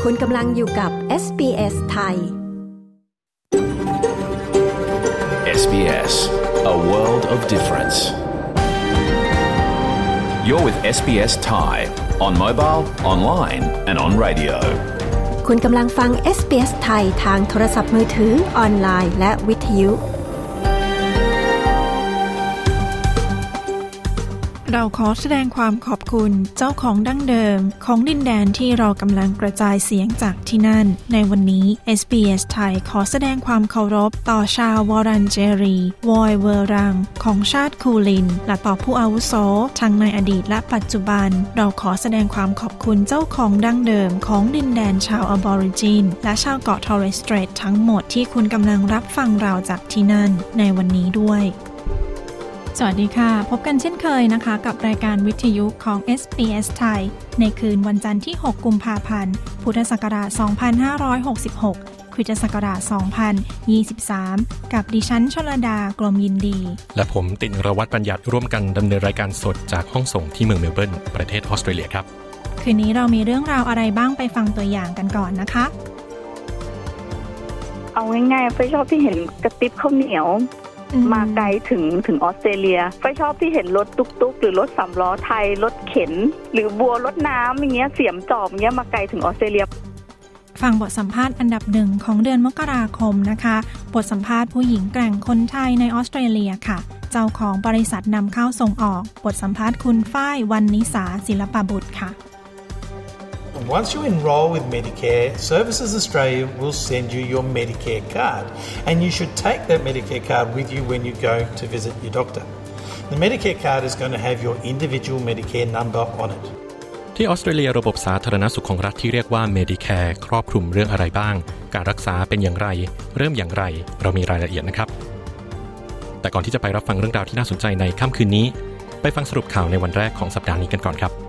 คุณกำลังอยู่กับ SBS ไทย SBS A world of difference. You're with SBS Thai on mobile, online and on radio. คุณกำลังฟัง SBS ไทยทางโทรศัพท์มือถือออนไลน์และวิทยุเราขอแสดงความขอบคุณเจ้าของดั้งเดิมของดินแดนที่เรากำลังกระจายเสียงจากที่นั่นในวันนี้ SBS ไทยขอแสดงความเคารพต่อชาววอรันเจรีวอยเวอรังของชาติคูลินและต่อผู้อาวุโสทั้งในอดีตและปัจจุบันเราขอแสดงความขอบคุณเจ้าของดั้งเดิมของดินแดนชาวอบอริจินและชาวเกาะทอร์เรสสเตรททั้งหมดที่คุณกำลังรับฟังเราจากที่นั่นในวันนี้ด้วยสวัสดีค่ะพบกันเช่นเคยนะคะกับรายการวิทยุของ SBS ไทยในคืนวันจันทร์ที่6กุมภาพันธ์พุทธศักราช2566คริสตศักราช2023กับดิฉันชลดากลมยินดีและผมตินรวัตรบัญญัติร่วมกันดำเนินรายการสดจากห้องส่งที่เมืองเมลเบิร์นประเทศออสเตรเลียครับคืนนี้เรามีเรื่องราวอะไรบ้างไปฟังตัวอย่างกันก่อนนะคะเอาง่ายๆไฟชอบที่เห็นกระติบข้าวเหนียวมาไกลถึงออสเตรเลียไฟชอบที่เห็นรถตุ๊กๆหรือรถสามล้อไทยรถเข็นหรือบัวรถน้ำอย่างเงี้ยเสียมจอบอย่างเงี้ยมาไกลถึงออสเตรเลียฟังบทสัมภาษณ์อันดับหนึ่งของเดือนมกราคมนะคะบทสัมภาษณ์ผู้หญิงแกร่งคนไทยในออสเตรเลียค่ะเจ้าของบริษัทนำเข้าส่งออกบทสัมภาษณ์คุณฝ้ายวรรณนิสาศิลปบุตรค่ะ Once you enroll with Medicare, Services Australia will send you your Medicare card, and you should take that Medicare card with you when you go to visit your doctor. The Medicare card is going to have your individual Medicare number on it. ที่ออสเตรเลียระบบสาธารณสุขของรัฐที่เรียกว่า Medicare ครอบคลุมเรื่องอะไรบ้างการรักษาเป็นอย่างไรเริ่มอย่างไรเรามีรายละเอียดนะครับแต่ก่อนที่จะไปรับฟังเรื่องราวที่น่าสนใจในค่ำคืนนี้ไปฟังสรุปข่าวในวันแรกของสัปดาห์นี้กันก่อนครับ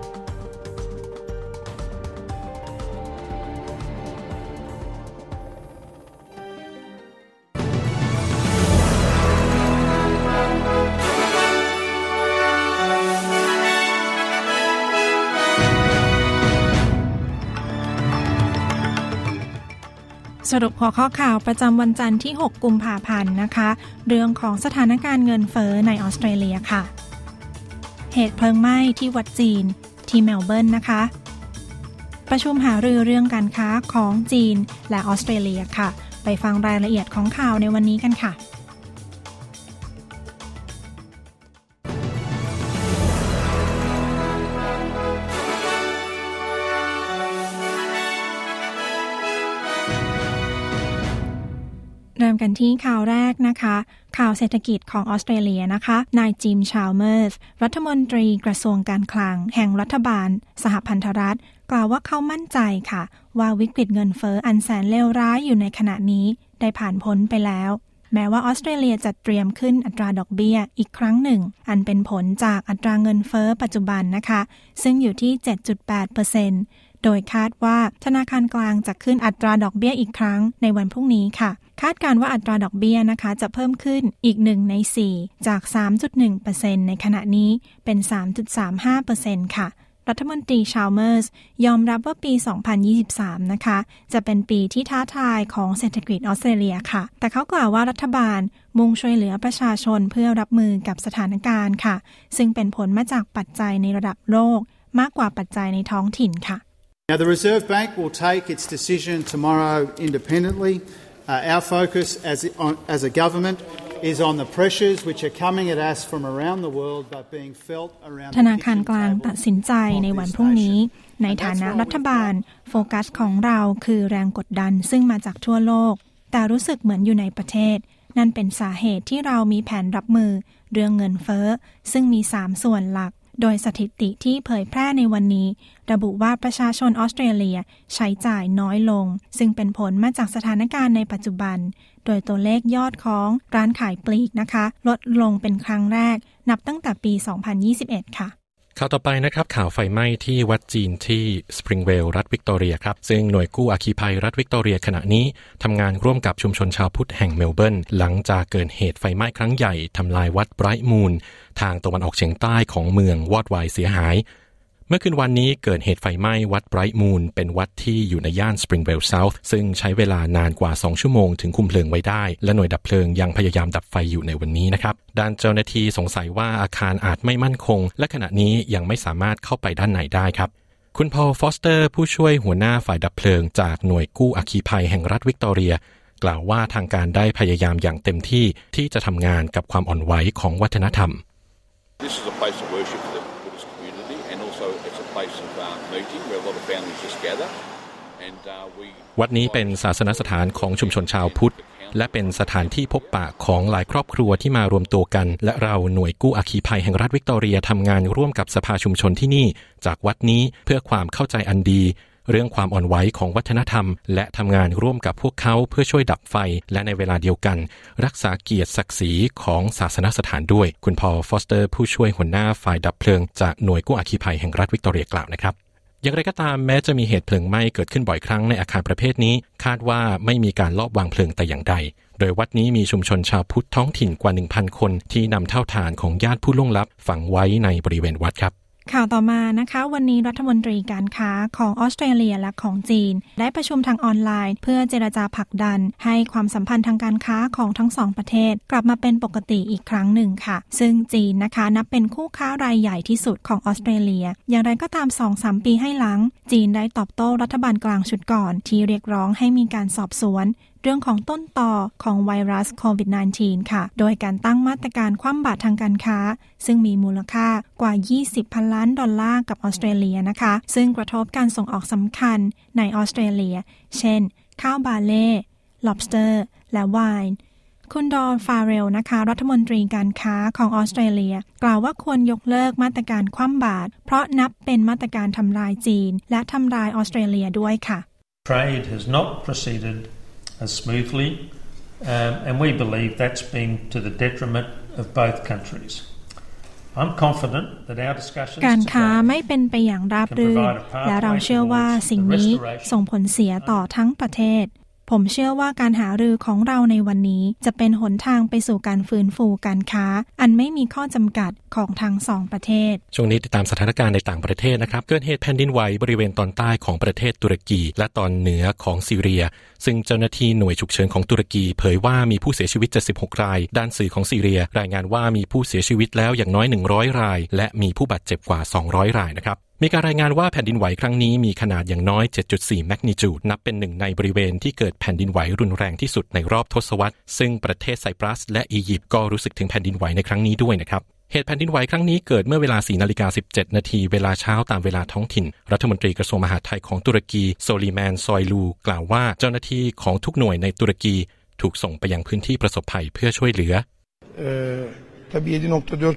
สรุปหัวข้อข่าวประจำวันจันทร์ที่6กุมภาพันธ์นะคะเรื่องของสถานการณ์เงินเฟ้อในออสเตรเลียค่ะเหตุเพลิงไหม้ที่วัดจีนที่เมลเบิร์นนะคะประชุมหารือเรื่องการค้าของจีนและออสเตรเลียค่ะไปฟังรายละเอียดของข่าวในวันนี้กันค่ะเริ่มกันที่ข่าวแรกนะคะข่าวเศรษฐกิจของออสเตรเลียนะคะนายจิมชาลเมอร์สรัฐมนตรีกระทรวงการคลังแห่งรัฐบาลสหพันธรัฐกล่าวว่าเขามั่นใจค่ะว่าวิกฤตเงินเฟ้ออันแสนเลวร้ายอยู่ในขณะนี้ได้ผ่านพ้นไปแล้วแม้ว่าออสเตรเลียจะเตรียมขึ้นอัตราดอกเบี้ยอีกครั้งหนึ่งอันเป็นผลจากอัตราเงินเฟ้อปัจจุบันนะคะซึ่งอยู่ที่ 7.8%โดยคาดว่าธนาคารกลางจะขึ้นอัตราดอกเบี้ยอีกครั้งในวันพรุ่งนี้ค่ะคาดการว่าอัตราดอกเบี้ยนะคะจะเพิ่มขึ้นอีก1ใน4จาก 3.1% ในขณะนี้เป็น 3.35% ค่ะรัฐมนตรีชาลเมอร์สยอมรับว่าปี 2023 นะคะจะเป็นปีที่ท้าทายของเศรษฐกิจออสเตรเลียค่ะแต่เขากล่าวว่ารัฐบาลมุ่งช่วยเหลือประชาชนเพื่อรับมือกับสถานการณ์ค่ะซึ่งเป็นผลมาจากปัจจัยในระดับโลกมากกว่าปัจจัยในท้องถิ่นค่ะ Now the Reserve Bank will take its decision tomorrow independently. Our focus as a government is on the pressures which are coming at us from around the world but being felt around ธนาคารกลางตัดสินใจในวันพรุ่งนี้ในฐานะรัฐบาลโฟกัสของเราคือแรงกดดันซึ่งมาจากทั่วโลกแต่รู้สึกเหมือนอยู่ในประเทศนั่นเป็นสาเหตุที่เรามีแผนรับมือเรื่องเงินเฟ้อซึ่งมี3ส่วนหลักโดยสถิติที่เผยแพร่ในวันนี้ระบุว่าประชาชนออสเตรเลียใช้จ่ายน้อยลงซึ่งเป็นผลมาจากสถานการณ์ในปัจจุบันโดยตัวเลขยอดของร้านขายปลีกนะคะลดลงเป็นครั้งแรกนับตั้งแต่ปี 2021 ค่ะข่าวต่อไปนะครับข่าวไฟไหม้ที่วัดจีนที่สปริงเวลรัฐวิกตอเรียครับซึ่งหน่วยกู้อัคคีภัยรัฐวิกตอเรียขณะนี้ทำงานร่วมกับชุมชนชาวพุทธแห่งเมลเบิร์นหลังจากเกิดเหตุไฟไหม้ครั้งใหญ่ทำลายวัดไบรท์มูนทางตะวันออกเฉียงใต้ของเมืองวอดวายเสียหายเมื่อคืนวันนี้เกิดเหตุไฟไหม้วัดไบรท์มูนเป็นวัดที่อยู่ในย่านสปริงเวลล์เซาท์ซึ่งใช้เวลานานกว่า2ชั่วโมงถึงคุมเพลิงไว้ได้และหน่วยดับเพลิงยังพยายามดับไฟอยู่ในวันนี้นะครับด้านเจ้าหน้าที่สงสัยว่าอาคารอาจไม่มั่นคงและขณะนี้ยังไม่สามารถเข้าไปด้านในได้ครับคุณพอลฟอสเตอร์ผู้ช่วยหัวหน้าฝ่ายดับเพลิงจากหน่วยกู้อัคคีภัยแห่งรัฐวิกตอเรียกล่าวว่าทางการได้พยายามอย่างเต็มที่ที่จะทำงานกับความอ่อนไหวของวัฒนธรรม This is a place of worship for the Buddhist community and also it's a place of meeting where a lot of families just gather and we วัดนี้เป็นศาสนสถานของชุมชนชาวพุทธและเป็นสถานที่พบปะของหลายครอบครัวที่มารวมตัวกันและเราหน่วยกู้อัคคีภัยแห่งรัฐวิกตอเรียทำงานร่วมกับสภาชุมชนที่นี่จากวัดนี้เพื่อความเข้าใจอันดีเรื่องความอ่อนไหวของวัฒนธรรมและทำงานร่วมกับพวกเขาเพื่อช่วยดับไฟและในเวลาเดียวกันรักษาเกียรติศักดิ์ศรีของศาสนสถานด้วยคุณพอลฟอสเตอร์ผู้ช่วยหัวหน้าฝ่ายดับเพลิงจากหน่วยกู้อัคคีภัยแห่งรัฐวิกตอเรียกล่าวนะครับอย่างไรก็ตามแม้จะมีเหตุเพลิงไหม้เกิดขึ้นบ่อยครั้งในอาคารประเภทนี้คาดว่าไม่มีการลอบวางเพลิงแต่อย่างใดโดยวัดนี้มีชุมชนชาวพุทธท้องถิ่นกว่า 1,000 คนที่นำเท่าฐานของญาติผู้ล่วงลับฝังไว้ในบริเวณวัดครับข่าวต่อมานะคะวันนี้รัฐมนตรีการค้าของออสเตรเลียและของจีนได้ประชุมทางออนไลน์เพื่อเจรจาผลักดันให้ความสัมพันธ์ทางการค้าของทั้งสองประเทศกลับมาเป็นปกติอีกครั้งหนึ่งค่ะซึ่งจีนนะคะนับเป็นคู่ค้ารายใหญ่ที่สุดของออสเตรเลียอย่างไรก็ตาม 2-3 ปีให้หลังจีนได้ตอบโต้รัฐบาลกลางชุดก่อนที่เรียกร้องให้มีการสอบสวนเรื่องของต้นต่อของไวรัสโควิด -19 ค่ะโดยการตั้งมาตรการคว่ำบาตรทางการค้าซึ่งมีมูลค่ากว่า 20 พันล้านดอลลาร์กับออสเตรเลียนะคะซึ่งกระทบการส่งออกสำคัญในออสเตรเลียเช่นข้าวบาเล่ lobster และไวน์คุณดอนฟาเรลนะคะรัฐมนตรีการค้าของออสเตรเลียกล่าวว่าควรยกเลิกมาตรการคว่ำบาตรเพราะนับเป็นมาตรการทำลายจีนและทำลายออสเตรเลียด้วยค่ะ Trade has not proceeded as smoothly and we believe that's been to the detriment of both countries. I'm confident that our discussions การค้าไม่เป็นไปอย่างราบรื่นและเราเชื่อว่าสิ่งนี้ส่งผลเสียต่อทั้งประเทศผมเชื่อว่าการหารือของเราในวันนี้จะเป็นหนทางไปสู่การฟื้นฟูการค้าอันไม่มีข้อจำกัดของทั้งสองประเทศช่วงนี้ติดตามสถานการณ์ในต่างประเทศนะครับเกิดเหตุแผ่นดินไหวบริเวณตอนใต้ของประเทศตุรกีและตอนเหนือของซีเรียซึ่งเจ้าหน้าที่หน่วยฉุกเฉินของตุรกีเผยว่ามีผู้เสียชีวิต76รายด้านสื่อของซีเรียรายงานว่ามีผู้เสียชีวิตแล้วอย่างน้อย100รายและมีผู้บาดเจ็บกว่า200รายนะครับมีการรายงานว่าแผ่นดินไหวครั้งนี้มีขนาดอย่างน้อย 7.4 แมกนิจูดนับเป็นหนึ่งในบริเวณที่เกิดแผ่นดินไหวรุนแรงที่สุดในรอบทศวรรษซึ่งประเทศไซปรัสและอียิปต์ก็รู้สึกถึงแผ่นดินไหวในครั้งนี้ด้วยนะครับเหตุแผ่นดินไหวครั้งนี้เกิดเมื่อเวลา 4:17 น.เวลาเช้าตามเวลาท้องถิ่นรัฐมนตรีกระทรวงมหาดไทยของตุรกีโซลีแมนซอยลูกล่าวว่าเจ้าหน้าที่ของทุกหน่วยในตุรกีถูกส่งไปยังพื้นที่ประสบภัยเพื่อช่วยเหลือ tabii 7.4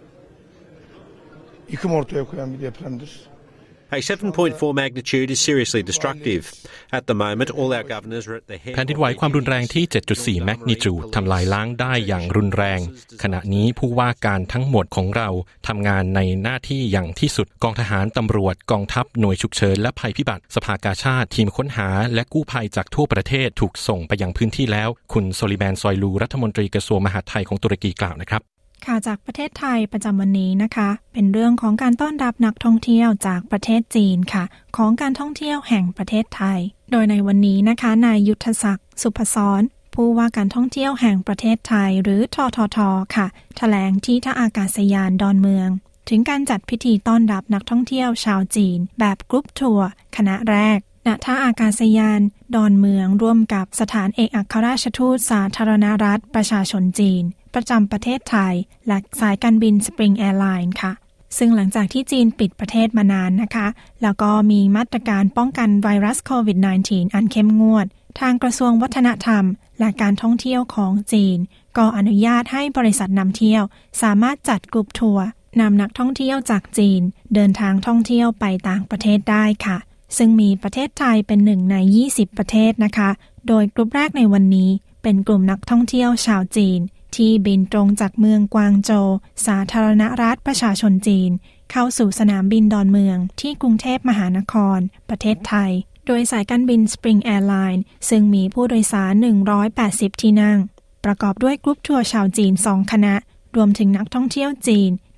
yıkım ortaya koyan bir depremdir. A 7.4 magnitude is seriously destructive. At the moment, all our governors are at the head. แผ่นดินไหวความรุนแรงที่ 7.4 แมกนิจูดทำลายล้างได้อย่างรุนแรงขณะนี้ผู้ว่าการทั้งหมดของเราทำงานในหน้าที่อย่างที่สุดกองทหารตำรวจกองทัพหน่วยฉุกเฉินและภัยพิบัติสภากาชาดทีมค้นหาและกู้ภัยจากทั่วประเทศถูกส่งไปยังพื้นที่แล้วคุณโซลิแมนซอยลูรัฐมนตรีกระทรวงมหาดไทยของตุรกีกล่าวนะครับข่าวจากประเทศไทยประจำวันนี้นะคะเป็นเรื่องของการต้อนรับนักท่องเที่ยวจากประเทศจีนค่ะของการท่องเที่ยวแห่งประเทศไทยโดยในวันนี้นะคะนายยุทธศักดิ์สุภศรผู้ว่าการท่องเที่ยวแห่งประเทศไทยหรือทททค่ะแถลงที่ท่าอากาศยานดอนเมืองถึงการจัดพิธีต้อนรับนักท่องเที่ยวชาวจีนแบบกรุ๊ปทัวร์คณะแรกณท่าอากาศยานดอนเมืองร่วมกับสถานเอกอัครราชทูตสาธารณรัฐประชาชนจีนประจำประเทศไทยและสายการบิน Spring Airline ค่ะซึ่งหลังจากที่จีนปิดประเทศมานานนะคะแล้วก็มีมาตรการป้องกันไวรัสโควิด -19 อันเข้มงวดทางกระทรวงวัฒนธรรมและการท่องเที่ยวของจีนก็อนุญาตให้บริษัทนำเที่ยวสามารถจัดกรุ๊ปทัวร์นำนักท่องเที่ยวจากจีนเดินทางท่องเที่ยวไปต่างประเทศได้ค่ะซึ่งมีประเทศไทยเป็นหนึ่งใน20ประเทศนะคะโดยกลุ่มแรกในวันนี้เป็นกลุ่มนักท่องเที่ยวชาวจีนที่บินตรงจากเมืองกวางโจวสาธารณรัฐประชาชนจีนเข้าสู่สนามบินดอนเมืองที่กรุงเทพมหานครประเทศไทยโดยสายการบิน Spring Airline ซึ่งมีผู้โดยสาร180ที่นั่งประกอบด้วยกรุ๊ปทัวร์ชาวจีน2คณะรวมถึงนักท่องเที่ยวจีน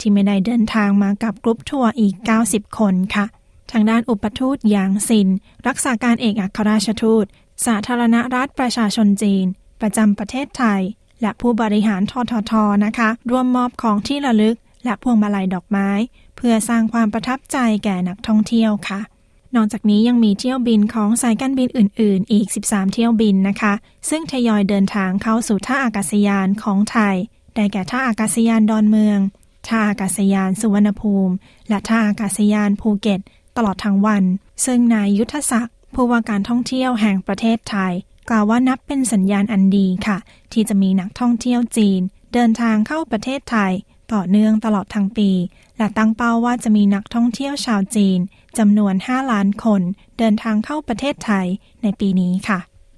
ที่ไม่ได้เดินทางมากับกรุ๊ปทัวร์อีก90คนค่ะทางด้านอุปทูตหยางซินรักษาการเอกอัครราชทูตสาธารณรัฐประชาชนจีนประจำประเทศไทยและผู้บริหารททท.นะคะร่วมมอบของที่ระลึกและพวงมาลัยดอกไม้เพื่อสร้างความประทับใจแก่นักท่องเที่ยวค่ะนอกจากนี้ยังมีเที่ยวบินของสายการบินอื่นๆอีก13เที่ยวบินนะคะซึ่งทยอยเดินทางเข้าสู่ท่าอากาศยานของไทยได้แก่ท่าอากาศยานดอนเมืองท่าอากาศยานสุวรรณภูมิและท่าอากาศยานภูเก็ตตลอดทั้งวันซึ่งนายยุทธศักดิ์ผู้ว่าการท่องเที่ยวแห่งประเทศไทยกล่าวว่านับเป็นสัญญาณอันดีค่ะที่จะมีนักท่องเที่ยวจีนเดินทางเข้าประเทศไทยต่อเนื่องตลอดทั้งปีและตั้งเป้าว่าจะมีนักท่องเที่ยวชาวจีนจำนวน5ล้านคนเดินทางเข้าประเทศไทยในปีนี้ค่ะ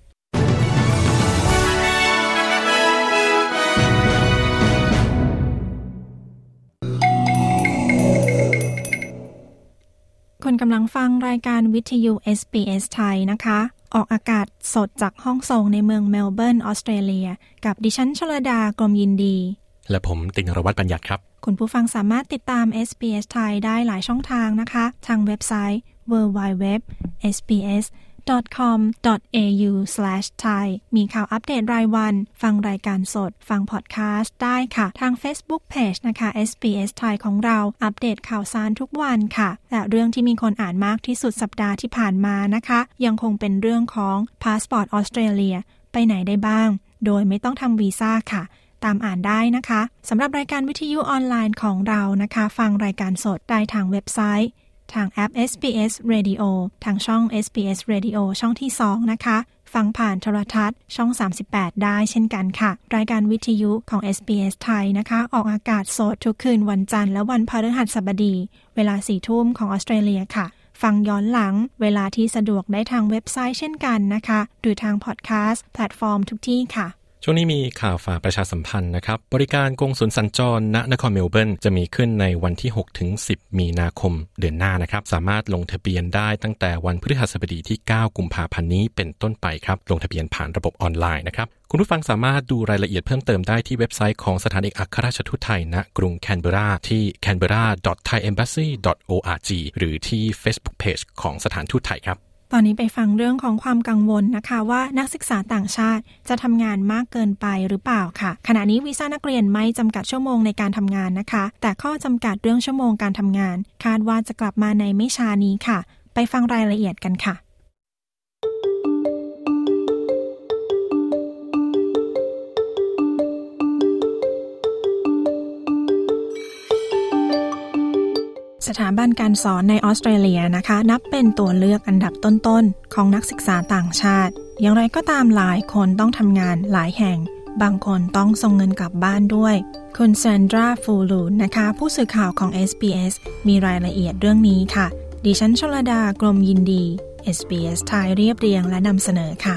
คุณกำลังฟังรายการวิทยุ SBS ไทยนะคะออกอากาศสดจากห้องส่งในเมืองเมลเบิร์นออสเตรเลียกับดิฉันชลดากรมยินดีและผมตินรวัฒน์บัญญัติครับคุณผู้ฟังสามารถติดตาม SBS ไทยได้หลายช่องทางนะคะทางเว็บไซต์ www.sbs.com.au/thai มีข่าวอัปเดตรายวันฟังรายการสดฟังพอดแคสต์ได้ค่ะทาง Facebook Page นะคะ SBS ไทยของเราอัปเดตข่าวสารทุกวันค่ะและเรื่องที่มีคนอ่านมากที่สุดสัปดาห์ที่ผ่านมานะคะยังคงเป็นเรื่องของพาสปอร์ตออสเตรเลียไปไหนได้บ้างโดยไม่ต้องทำวีซ่าค่ะตามอ่านได้นะคะสำหรับรายการวิทยุออนไลน์ของเรานะคะฟังรายการสดได้ทางเว็บไซต์ทางแอป SBS Radio ทางช่อง SBS Radio ช่องที่2นะคะฟังผ่านโทรทัศน์ช่อง38ได้เช่นกันค่ะรายการวิทยุของ SBS ไทยนะคะออกอากาศสดทุกคืนวันจันทร์และวันพฤหัสบดีเวลา 4 ทุ่มของออสเตรเลียค่ะฟังย้อนหลังเวลาที่สะดวกได้ทางเว็บไซต์เช่นกันนะคะหรือทางพอดแคสต์แพลตฟอร์มทุกที่ค่ะช่วงนี้มีข่าวฝากประชาสัมพันธ์นะครับบริการกงสุลสัญจรณนครเมลเบิร์นจะมีขึ้นในวันที่6ถึง10มีนาคมเดือนหน้านะครับสามารถลงทะเบียนได้ตั้งแต่วันพฤหัสบดีที่9กุมภาพันธ์นี้เป็นต้นไปครับลงทะเบียนผ่านระบบออนไลน์นะครับคุณผู้ฟังสามารถดูรายละเอียดเพิ่มเติมได้ที่เว็บไซต์ของสถานเอกอัครราชทูตไทยณกรุงแคนเบราที่ canberra.thaiembassy.org หรือที่ Facebook Page ของสถานทูตไทยครับตอนนี้ไปฟังเรื่องของความกังวลนะคะว่านักศึกษาต่างชาติจะทำงานมากเกินไปหรือเปล่าค่ะขณะนี้วีซ่านักเรียนไม่จำกัดชั่วโมงในการทำงานนะคะแต่ข้อจำกัดเรื่องชั่วโมงการทำงานคาดว่าจะกลับมาในไม่ช้านี้ค่ะไปฟังรายละเอียดกันค่ะสถาบันการสอนในออสเตรเลียนะคะนับเป็นตัวเลือกอันดับต้นๆของนักศึกษาต่างชาติอย่างไรก็ตามหลายคนต้องทำงานหลายแห่งบางคนต้องส่งเงินกลับบ้านด้วยคุณแซนดราฟูลูนะคะผู้สื่อข่าวของ SBS มีรายละเอียดเรื่องนี้ค่ะดิฉันชลดากรมยินดี SBS ไทยเรียบเรียงและนำเสนอค่ะ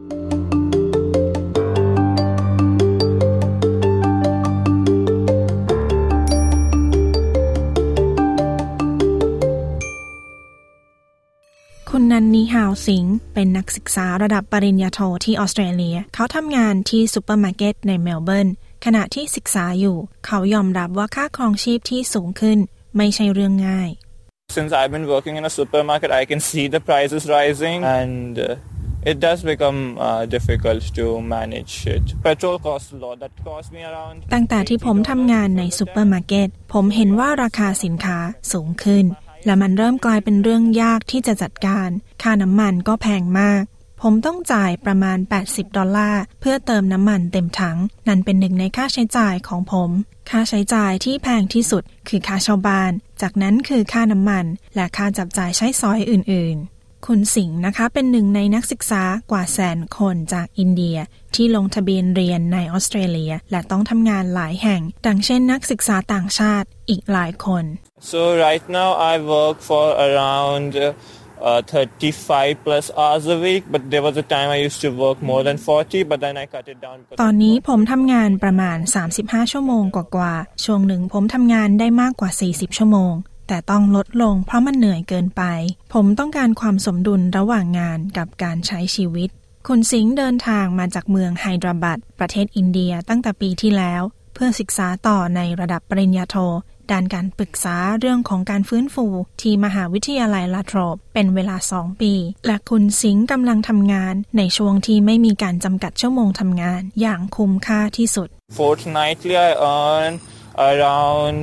คุณนันนีฮาวสิงเป็นนักศึกษาระดับปริญญาโทที่ออสเตรเลียเขาทำงานที่ซูเปอร์มาร์เก็ตในเมลเบิร์นขณะที่ศึกษาอยู่เขายอมรับว่าค่าครองชีพที่สูงขึ้นไม่ใช่เรื่องง่าย Since I've been working in a supermarket, I can see the prices rising and it does become difficult to manage it. Petrol costs a lot. That cost me around ตั้งแต่ที่ผมทำงานในซูเปอร์มาร์เก็ตผมเห็นว่าราคาสินค้าสูงขึ้นและมันเริ่มกลายเป็นเรื่องยากที่จะจัดการค่าน้ำมันก็แพงมากผมต้องจ่ายประมาณ$80เพื่อเติมน้ำมันเต็มถังนั่นเป็นหนึ่งในค่าใช้จ่ายของผมค่าใช้จ่ายที่แพงที่สุดคือค่าเช่าบ้านจากนั้นคือค่าน้ำมันและค่าจับจ่ายใช้สอยอื่นๆคุณสิงห์นะคะเป็นหนึ่งในนักศึกษากว่า100,000 คนจากอินเดียที่ลงทะเบียนเรียนในออสเตรเลียและต้องทำงานหลายแห่งดังเช่นนักศึกษาต่างชาติอีกหลายคน So right now I work for around 35 plus hours a week, but there was a time I used to work more than 40, but then I cut it down. ตอนนี้ผมทำงานประมาณ35ชั่วโมงกว่าๆช่วงหนึ่งผมทำงานได้มากกว่า40ชั่วโมงแต่ต้องลดลงเพราะมันเหนื่อยเกินไปผมต้องการความสมดุลระหว่างงานกับการใช้ชีวิตคุณสิงห์เดินทางมาจากเมืองไฮดราบัดประเทศอินเดียตั้งแต่ปีที่แล้วเพื่อศึกษาต่อในระดับปริญญาโทด้านการปรึกษาเรื่องของการฟื้นฟูที่มหาวิทยาลัยลาโทรปเป็นเวลา2 ปีและคุณสิงห์กำลังทำงานในช่วงที่ไม่มีการจำกัดชั่วโมงทำงานอย่างคุ้มค่าที่สุด Fortnightly I earn around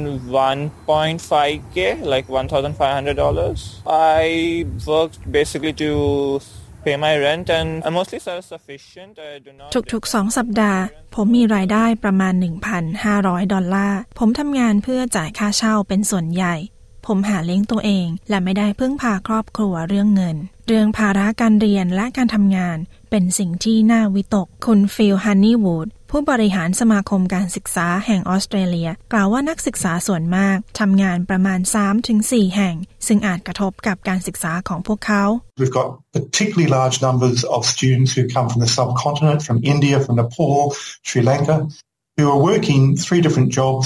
1.5k like $1,500. I worked basically to pay my rent and I'm mostly self-sufficient. I do not ทุกๆ2 สัปดาห์ผมมีรายได้ประมาณ $1,500 ผมทำงานเพื่อจ่ายค่าเช่าเป็นส่วนใหญ่ผมหาเลี้ยงตัวเองและไม่ได้พึ่งพาครอบครัวเรื่องเงินเรื่องภาระการเรียนและการทำงานเป็นสิ่งที่น่าวิตกคุณฟิล ฮันนี่วูดผู้บริหารสมาคมการศึกษาแห่งออสเตรเลียกล่าวว่านักศึกษาส่วนมากทำงานประมาณ 3-4 แห่งซึ่งอาจกระทบกับการศึกษาของพวกเขา We've got particularly large numbers of students who come from the subcontinent, from India, from Nepal, Sri Lanka, who are working 3 different jobs,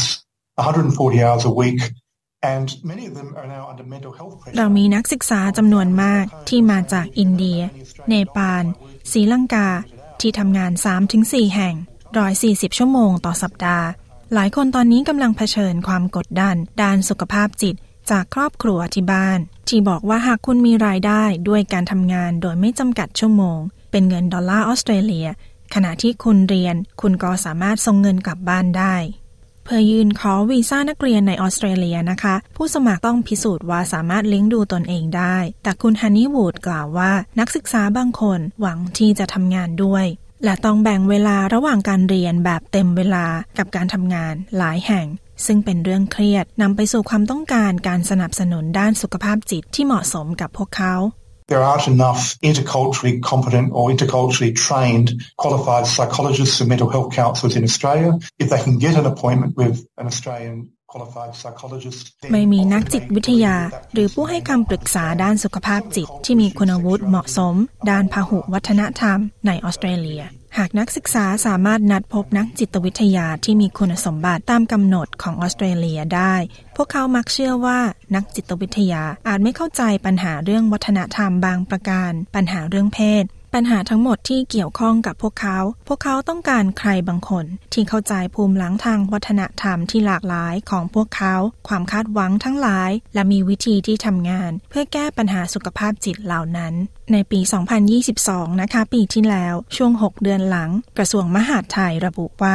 140 hours a week.And many of them are now under mental health pressure. เรามีนักศึกษาจำนวนมากที่มาจากอินเดียเนปาลศรีลังกาที่ทำงาน 3-4 แห่ง140 ชั่วโมงต่อสัปดาห์หลายคนตอนนี้กำลังเผชิญความกดดันด้านสุขภาพจิตจากครอบครัวที่บ้านที่บอกว่าหากคุณมีรายได้ด้วยการทำงานโดยไม่จำกัดชั่วโมงเป็นเงินดอลลาร์ออสเตรเลียขณะที่คุณเรียนคุณก็สามารถส่งเงินกลับบ้านได้เพื่อยื่นขอวีซ่านักเรียนในออสเตรเลียนะคะผู้สมัครต้องพิสูจน์ว่าสามารถเลี้ยงดูตนเองได้แต่คุณฮันนี่วูดกล่าวว่านักศึกษาบางคนหวังที่จะทำงานด้วยและต้องแบ่งเวลาระหว่างการเรียนแบบเต็มเวลากับการทำงานหลายแห่งซึ่งเป็นเรื่องเครียดนำไปสู่ความต้องการการสนับสนุนด้านสุขภาพจิตที่เหมาะสมกับพวกเขา There aren't enough interculturally competent or interculturally trained qualified psychologists or mental health counsellors in Australia. If they can get an appointment with an Australian qualified psychologist, ไม่มีนักจิตวิทยาหรือผู้ให้คำปรึกษาด้านสุขภาพจิตที่มีคุณวุฒิเหมาะสมด้านพหุวัฒนธรรมในออสเตรเลียหากนักศึกษาสามารถนัดพบนักจิตวิทยาที่มีคุณสมบัติตามกำหนดของออสเตรเลียได้พวกเขามักเชื่อว่านักจิตวิทยาอาจไม่เข้าใจปัญหาเรื่องวัฒนธรรมบางประการปัญหาเรื่องเพศปัญหาทั้งหมดที่เกี่ยวข้องกับพวกเขาต้องการใครบางคนที่เข้าใจภูมิหลังทางวัฒนธรรมที่หลากหลายของพวกเขาความคาดหวังทั้งหลายและมีวิธีที่ทำงานเพื่อแก้ปัญหาสุขภาพจิตเหล่านั้นในปี 2022 นะคะปีที่แล้วช่วง 6 เดือนหลังกระทรวงมหาดไทยระบุว่า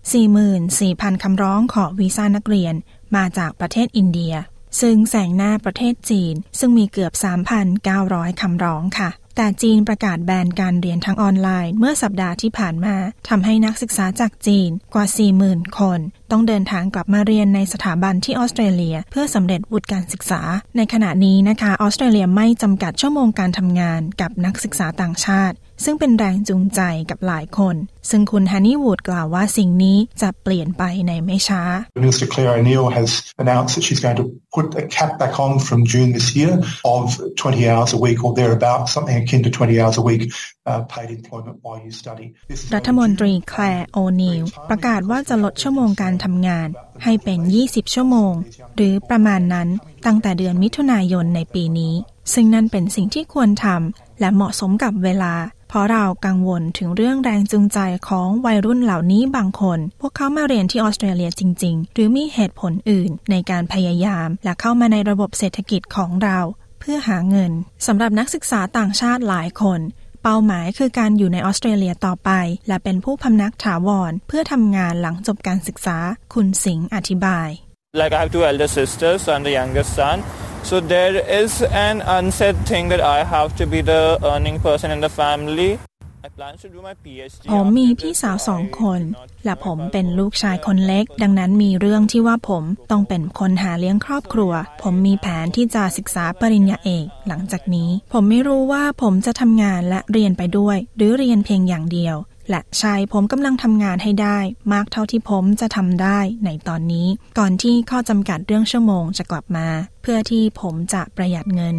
44,000 คำร้องขอวีซ่านักเรียนมาจากประเทศอินเดียซึ่งแซงหน้าประเทศจีนซึ่งมีเกือบ 3,900 คำร้องค่ะแต่จีนประกาศแบนการเรียนทางออนไลน์เมื่อสัปดาห์ที่ผ่านมาทำให้นักศึกษาจากจีนกว่า 40,000 คนต้องเดินทางกลับมาเรียนในสถาบันที่ออสเตรเลียเพื่อสำเร็จวุฒิการศึกษาในขณะนี้นะคะออสเตรเลียไม่จำกัดชั่วโมงการทำงานกับนักศึกษาต่างชาติซึ่งเป็นแรงจูงใจกับหลายคนซึ่งคุณฮันนี่วูดกล่าวว่าสิ่งนี้จะเปลี่ยนไปในไม่ช้า Minister Claire O'Neill has announced that she's going to put a cap back on from June this year of 20 hours a week or thereabouts, something akin to 20 hours a week paid employment while you study. รัฐมนตรีแคลร์ โอนีลประกาศว่าจะลดชั่วโมงการทำงานให้เป็น20ชั่วโมงหรือประมาณนั้นตั้งแต่เดือนมิถุนายนในปีนี้ซึ่งนั่นเป็นสิ่งที่ควรทำและเหมาะสมกับเวลาเพราะเรากังวลถึงเรื่องแรงจูงใจของวัยรุ่นเหล่านี้บางคนพวกเขามาเรียนที่ออสเตรเลียจริงๆหรือมีเหตุผลอื่นในการพยายามและเข้ามาในระบบเศรษฐกิจของเราเพื่อหาเงินสำหรับนักศึกษาต่างชาติหลายคนเป้าหมายคือการอยู่ในออสเตรเลียต่อไปและเป็นผู้พำนักถาวรเพื่อทำงานหลังจบการศึกษาคุณสิงห์อธิบาย Like I have 2 elder sisters and the youngest son.So there is an unsaid thing that I have to be the earning person in the family. I plan to do my PhD. ผมมีพี่สาว2 คนและผมเป็นลูกชายคนเล็กดังนั้นมีเรื่องที่ว่าผมต้องเป็นคนหาเลี้ยงครอบครัวผมมีแผนที่จะศึกษาปริญญาเอกหลังจากนี้ผมไม่รู้ว่าผมจะทำงานและเรียนไปด้วยหรือเรียนเพียงอย่างเดียวและใช่ผมกำลังทำงานให้ได้มากเท่าที่ผมจะทำได้ในตอนนี้ก่อนที่ข้อจำกัดเรื่องชั่วโมงจะกลับมาเพื่อที่ผมจะประหยัดเงิน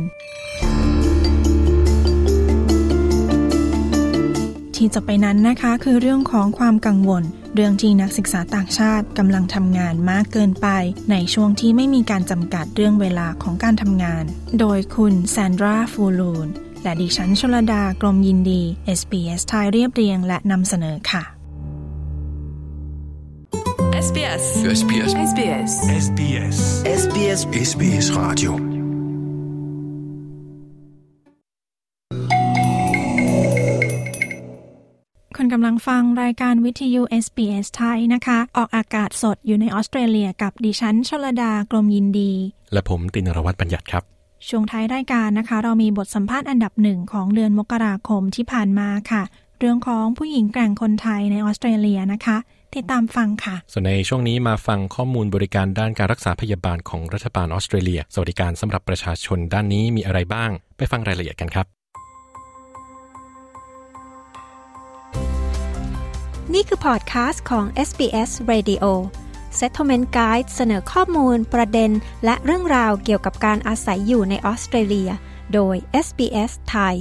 ที่จะไปนั้นนะคะคือเรื่องของความกังวลเรื่องที่นักศึกษาต่างชาติกำลังทำงานมากเกินไปในช่วงที่ไม่มีการจำกัดเรื่องเวลาของการทำงานโดยคุณแซนดราฟูลูนและดิฉันชลดากรมยินดี SBS ไทยเรียบเรียงและนำเสนอค่ะ SBS SBS SBS SBS SBS SBS Radio คุณกำลังฟังรายการวิทยุ SBS ไทยนะคะออกอากาศสดอยู่ในออสเตรเลียกับดิฉันชลดากรมยินดีและผมตินรวัตรบัญญัติครับช่วงท้ายรายการนะคะเรามีบทสัมภาษณ์อันดับหนึ่งของเดือนมกราคมที่ผ่านมาค่ะเรื่องของผู้หญิงแกร่งคนไทยในออสเตรเลียนะคะติดตามฟังค่ะส่วนในช่วงนี้มาฟังข้อมูลบริการด้านการรักษาพยาบาลของรัฐบาลออสเตรเลียสวัสดิการสำหรับประชาชนด้านนี้มีอะไรบ้างไปฟังรายละเอียดกันครับนี่คือพอดคาสต์ของ SBS Radio Settlement Guide เสนอข้อมูลประเด็นและเรื่องราวเกี่ยวกับการอาศัยอยู่ในออสเตรเลียโดย SBS ไทย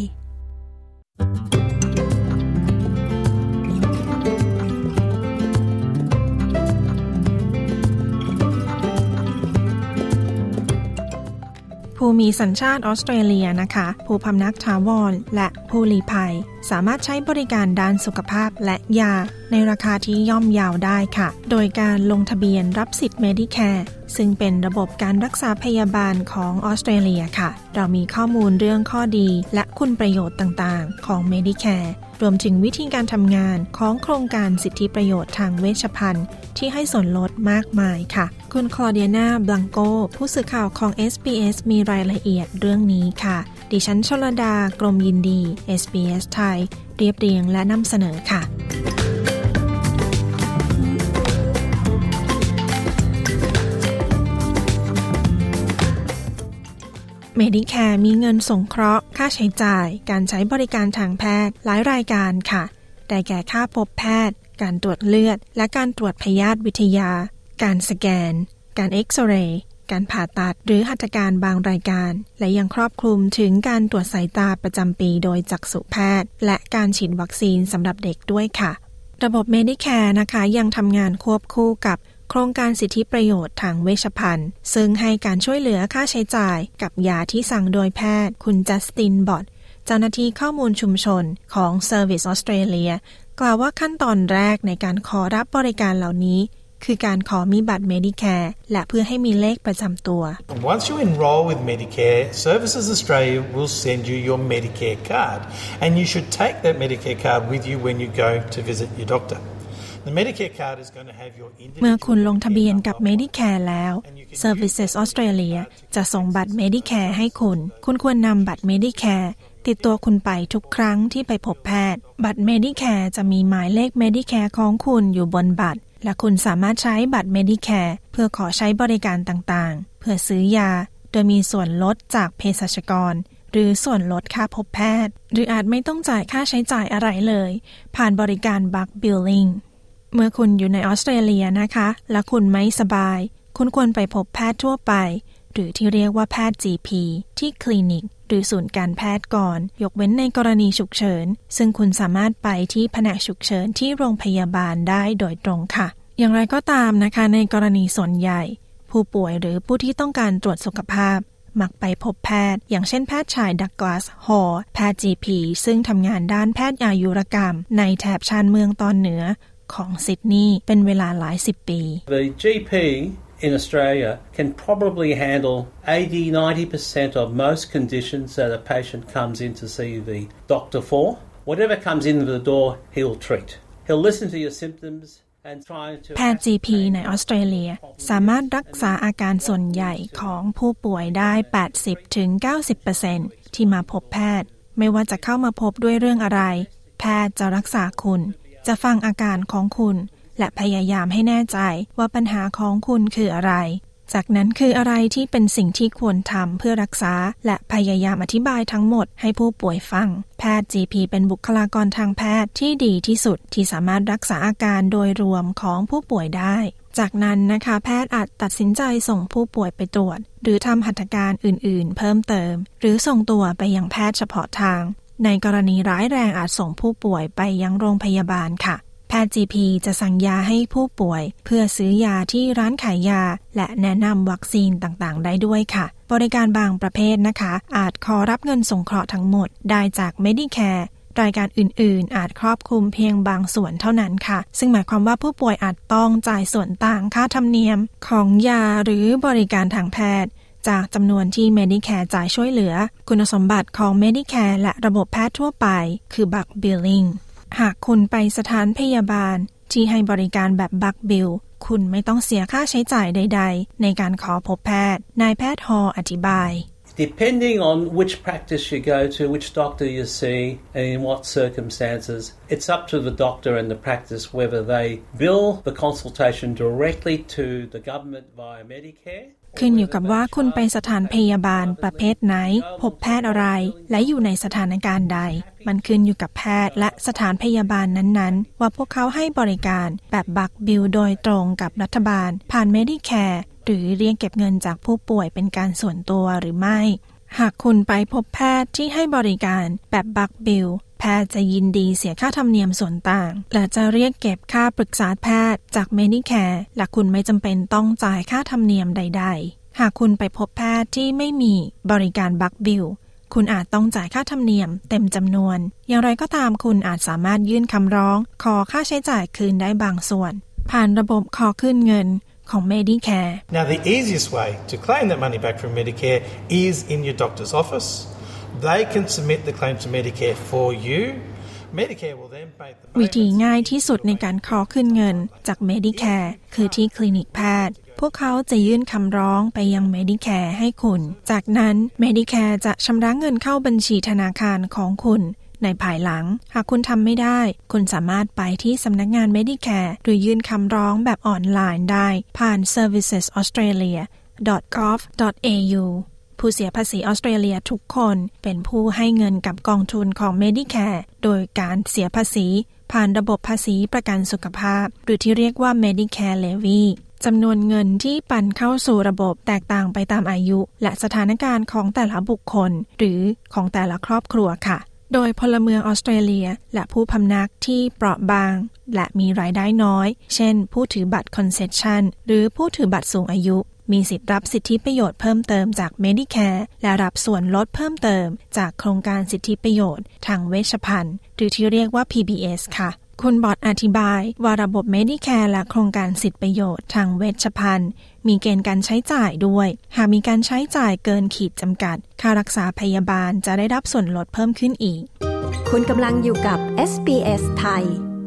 ผู้มีสัญชาติออสเตรเลียนะคะผู้พำนักถาวรและผู้ลี้ภัยสามารถใช้บริการด้านสุขภาพและยาในราคาที่ย่อมเยาได้ค่ะโดยการลงทะเบียนรับสิทธิ์ Medicare ซึ่งเป็นระบบการรักษาพยาบาลของออสเตรเลียค่ะเรามีข้อมูลเรื่องข้อดีและคุณประโยชน์ต่างๆของ Medicare รวมถึงวิธีการทำงานของโครงการสิทธิประโยชน์ทางเวชภัณฑ์ที่ให้ส่วนลดมากมายค่ะคุณคลอเดียนา บลังโกผู้สื่อข่าวของ SBS มีรายละเอียดเรื่องนี้ค่ะดิฉันชลดากรมยินดี SBS ไทยเรียบเรียงและนำเสนอค่ะMedicare มีเงินสงเคราะห์ค่าใช้จ่ายการใช้บริการทางแพทย์หลายรายการค่ะได้แก่ค่าพบแพทย์การตรวจเลือดและการตรวจพยาธิวิทยาการสแกนการเอ็กซเรย์การผ่าตัดหรือหัตถการบางรายการและยังครอบคลุมถึงการตรวจสายตาประจำปีโดยจักษุแพทย์และการฉีดวัคซีนสำหรับเด็กด้วยค่ะระบบ Medicare นะคะยังทำงานควบคู่กับโครงการสิทธิประโยชน์ทางเวชภัณฑ์ซึ่งให้การช่วยเหลือค่าใช้จ่ายกับยาที่สั่งโดยแพทย์คุณจัสตินบอทเจ้าหน้าที่ข้อมูลชุมชนของ Service Australia กล่าวว่าขั้นตอนแรกในการขอรับบริการเหล่านี้คือการขอมีบัตร Medicare และเพื่อให้มีเลขประจำตัว Once you enroll with Medicare, Services Australia will send you your Medicare card and you should take that Medicare card with you when you go to visit your doctor.The Medicare card is going to have your individual เมื่อคุณลงทะเบียนกับ Medicare แล้ว Services Australia จะส่งบัตร Medicare ให้คุณควรนำบัตร Medicare ติดตัวคุณไปทุกครั้งที่ไปพบแพทย์บัตร Medicare จะมีหมายเลข Medicare ของคุณอยู่บนบัตรและคุณสามารถใช้บัตร Medicare เพื่อขอใช้บริการต่างๆเพื่อซื้อยาโดยมีส่วนลดจากเภสัชกรหรือส่วนลดค่าพบแพทย์หรืออาจไม่ต้องจ่ายค่าใช้จ่ายอะไรเลยผ่านบริการ Bulk Billingเมื่อคุณอยู่ในออสเตรเลียนะคะและคุณไม่สบายคุณควรไปพบแพทย์ทั่วไปหรือที่เรียกว่าแพทย์ GP ที่คลินิกหรือศูนย์การแพทย์ก่อนยกเว้นในกรณีฉุกเฉินซึ่งคุณสามารถไปที่แผนกฉุกเฉินที่โรงพยาบาลได้โดยตรงค่ะอย่างไรก็ตามนะคะในกรณีส่วนใหญ่ผู้ป่วยหรือผู้ที่ต้องการตรวจสุขภาพมักไปพบแพทย์อย่างเช่นแพทย์ชายดักลาส ฮอลแพทย์ GP ซึ่งทำงานด้านแพทย์อายุรกรรมในแถบชานเมืองตอนเหนือของซิดนีย์เป็นเวลาหลายสิบปี The GP in Australia can probably handle 80-90% of most conditions that a patient comes in to see the doctor for. Whatever comes in the door, he'll treat. He'll listen to your symptoms and try to แพทย์ GP ในออสเตรเลียสามารถรักษาอาการส่วนใหญ่ของผู้ป่วยได้ 80-90% ที่มาพบแพทย์ไม่ว่าจะเข้ามาพบด้วยเรื่องอะไรแพทย์จะรักษาคุณจะฟังอาการของคุณและพยายามให้แน่ใจว่าปัญหาของคุณคืออะไรจากนั้นคืออะไรที่เป็นสิ่งที่ควรทำเพื่อรักษาและพยายามอธิบายทั้งหมดให้ผู้ป่วยฟังแพทย์ GP เป็นบุคลากรทางแพทย์ที่ดีที่สุดที่สามารถรักษาอาการโดยรวมของผู้ป่วยได้จากนั้นนะคะแพทย์อาจตัดสินใจส่งผู้ป่วยไปตรวจหรือทำหัตถการอื่นๆเพิ่มเติมหรือส่งตัวไปยังแพทย์เฉพาะทางในกรณีร้ายแรงอาจส่งผู้ป่วยไปยังโรงพยาบาลค่ะแพทย์ GP จะสั่งยาให้ผู้ป่วยเพื่อซื้อยาที่ร้านขายยาและแนะนำวัคซีนต่างๆได้ด้วยค่ะบริการบางประเภทนะคะอาจขอรับเงินสงเคราะห์ทั้งหมดได้จาก Medicare รายการอื่นๆอาจครอบคลุมเพียงบางส่วนเท่านั้นค่ะซึ่งหมายความว่าผู้ป่วยอาจต้องจ่ายส่วนต่างค่าธรรมเนียมของยาหรือบริการทางแพทย์จากจำนวนที่ Medicare จ่ายช่วยเหลือคุณสมบัติของ Medicare และระบบแพทย์ทั่วไปคือ Bulk Billing หากคุณไปสถานพยาบาลที่ให้บริการแบบ Bulk Bill คุณไม่ต้องเสียค่าใช้จ่ายใดๆในการขอพบแพทย์นายแพทย์ฮออธิบาย Depending on which practice you go to, which doctor you see, and in what circumstances, it's up to the doctor and the practice whether they bill the consultation directly to the government via Medicare. ขึ้นอยู่กับว่าคุณไปสถานพยาบาลประเภทไหนพบแพทย์อะไรและอยู่ในสถานการณ์ใดมันขึ้นอยู่กับแพทย์และสถานพยาบาลนั้นๆว่าพวกเขาให้บริการแบบบักบิลโดยตรงกับรัฐบาลผ่าน Medicare หรือเรียกเก็บเงินจากผู้ป่วยเป็นการส่วนตัวหรือไม่หากคุณไปพบแพทย์ที่ให้บริการแบบบักบิลแพทย์จะยินดีเสียค่าธรรมเนียมส่วนต่างและจะเรียกเก็บค่าปรึกษาแพทย์จาก Medicare และคุณไม่จำเป็นต้องจ่ายค่าธรรมเนียมใดๆหากคุณไปพบแพทย์ที่ไม่มีบริการบักบิลคุณอาจต้องจ่ายค่าธรรมเนียมเต็มจำนวนอย่างไรก็ตามคุณอาจสามารถยื่นคำร้องขอค่าใช้จ่ายคืนได้บางส่วนผ่านระบบขอคืนเงินของ Medicare. Now the easiest way to claim that money back from Medicare is in your doctor's office. They can submit the claim to Medicare for you. Medicare will then pay the วิธีง่ายที่สุดในการขอคืนเงินจาก Medicare คือที่คลินิกแพทย์พวกเขาจะยื่นคำร้องไปยัง Medicare ให้คุณจากนั้น Medicare จะชำระเงินเข้าบัญชีธนาคารของคุณในภายหลังหากคุณทำไม่ได้คุณสามารถไปที่สำนักงาน Medicare หรือยื่นคำร้องแบบออนไลน์ได้ผ่าน servicesaustralia.gov.au ผู้เสียภาษีออสเตรเลียทุกคนเป็นผู้ให้เงินกับกองทุนของ Medicare โดยการเสียภาษีผ่านระบบภาษีประกันสุขภาพหรือที่เรียกว่า Medicare Levy จำนวนเงินที่ปั่นเข้าสู่ระบบแตกต่างไปตามอายุและสถานการณ์ของแต่ละบุคคลหรือของแต่ละครอบครัวค่ะโดยพลเมืองออสเตรเลียและผู้พำนักที่เปราะบางและมีรายได้น้อยเช่นผู้ถือบัตร Concession หรือผู้ถือบัตรสูงอายุมีสิทธิ์รับสิทธิประโยชน์เพิ่มเติมจาก Medicare และรับส่วนลดเพิ่มเติมจากโครงการสิทธิประโยชน์ทางเวชภัณฑ์หรือที่เรียกว่า PBS ค่ะคุณบอทอธิบายว่าระบบ Medicare และโครงการสิทธิประโยชน์ทางเวชภัณฑ์มีเกณฑ์การใช้จ่ายด้วยหากมีการใช้จ่ายเกินขีดจำกัดค่ารักษาพยาบาลจะได้รับส่วนลดเพิ่มขึ้นอีกคุณกำลังอยู่กับ SBS ไทย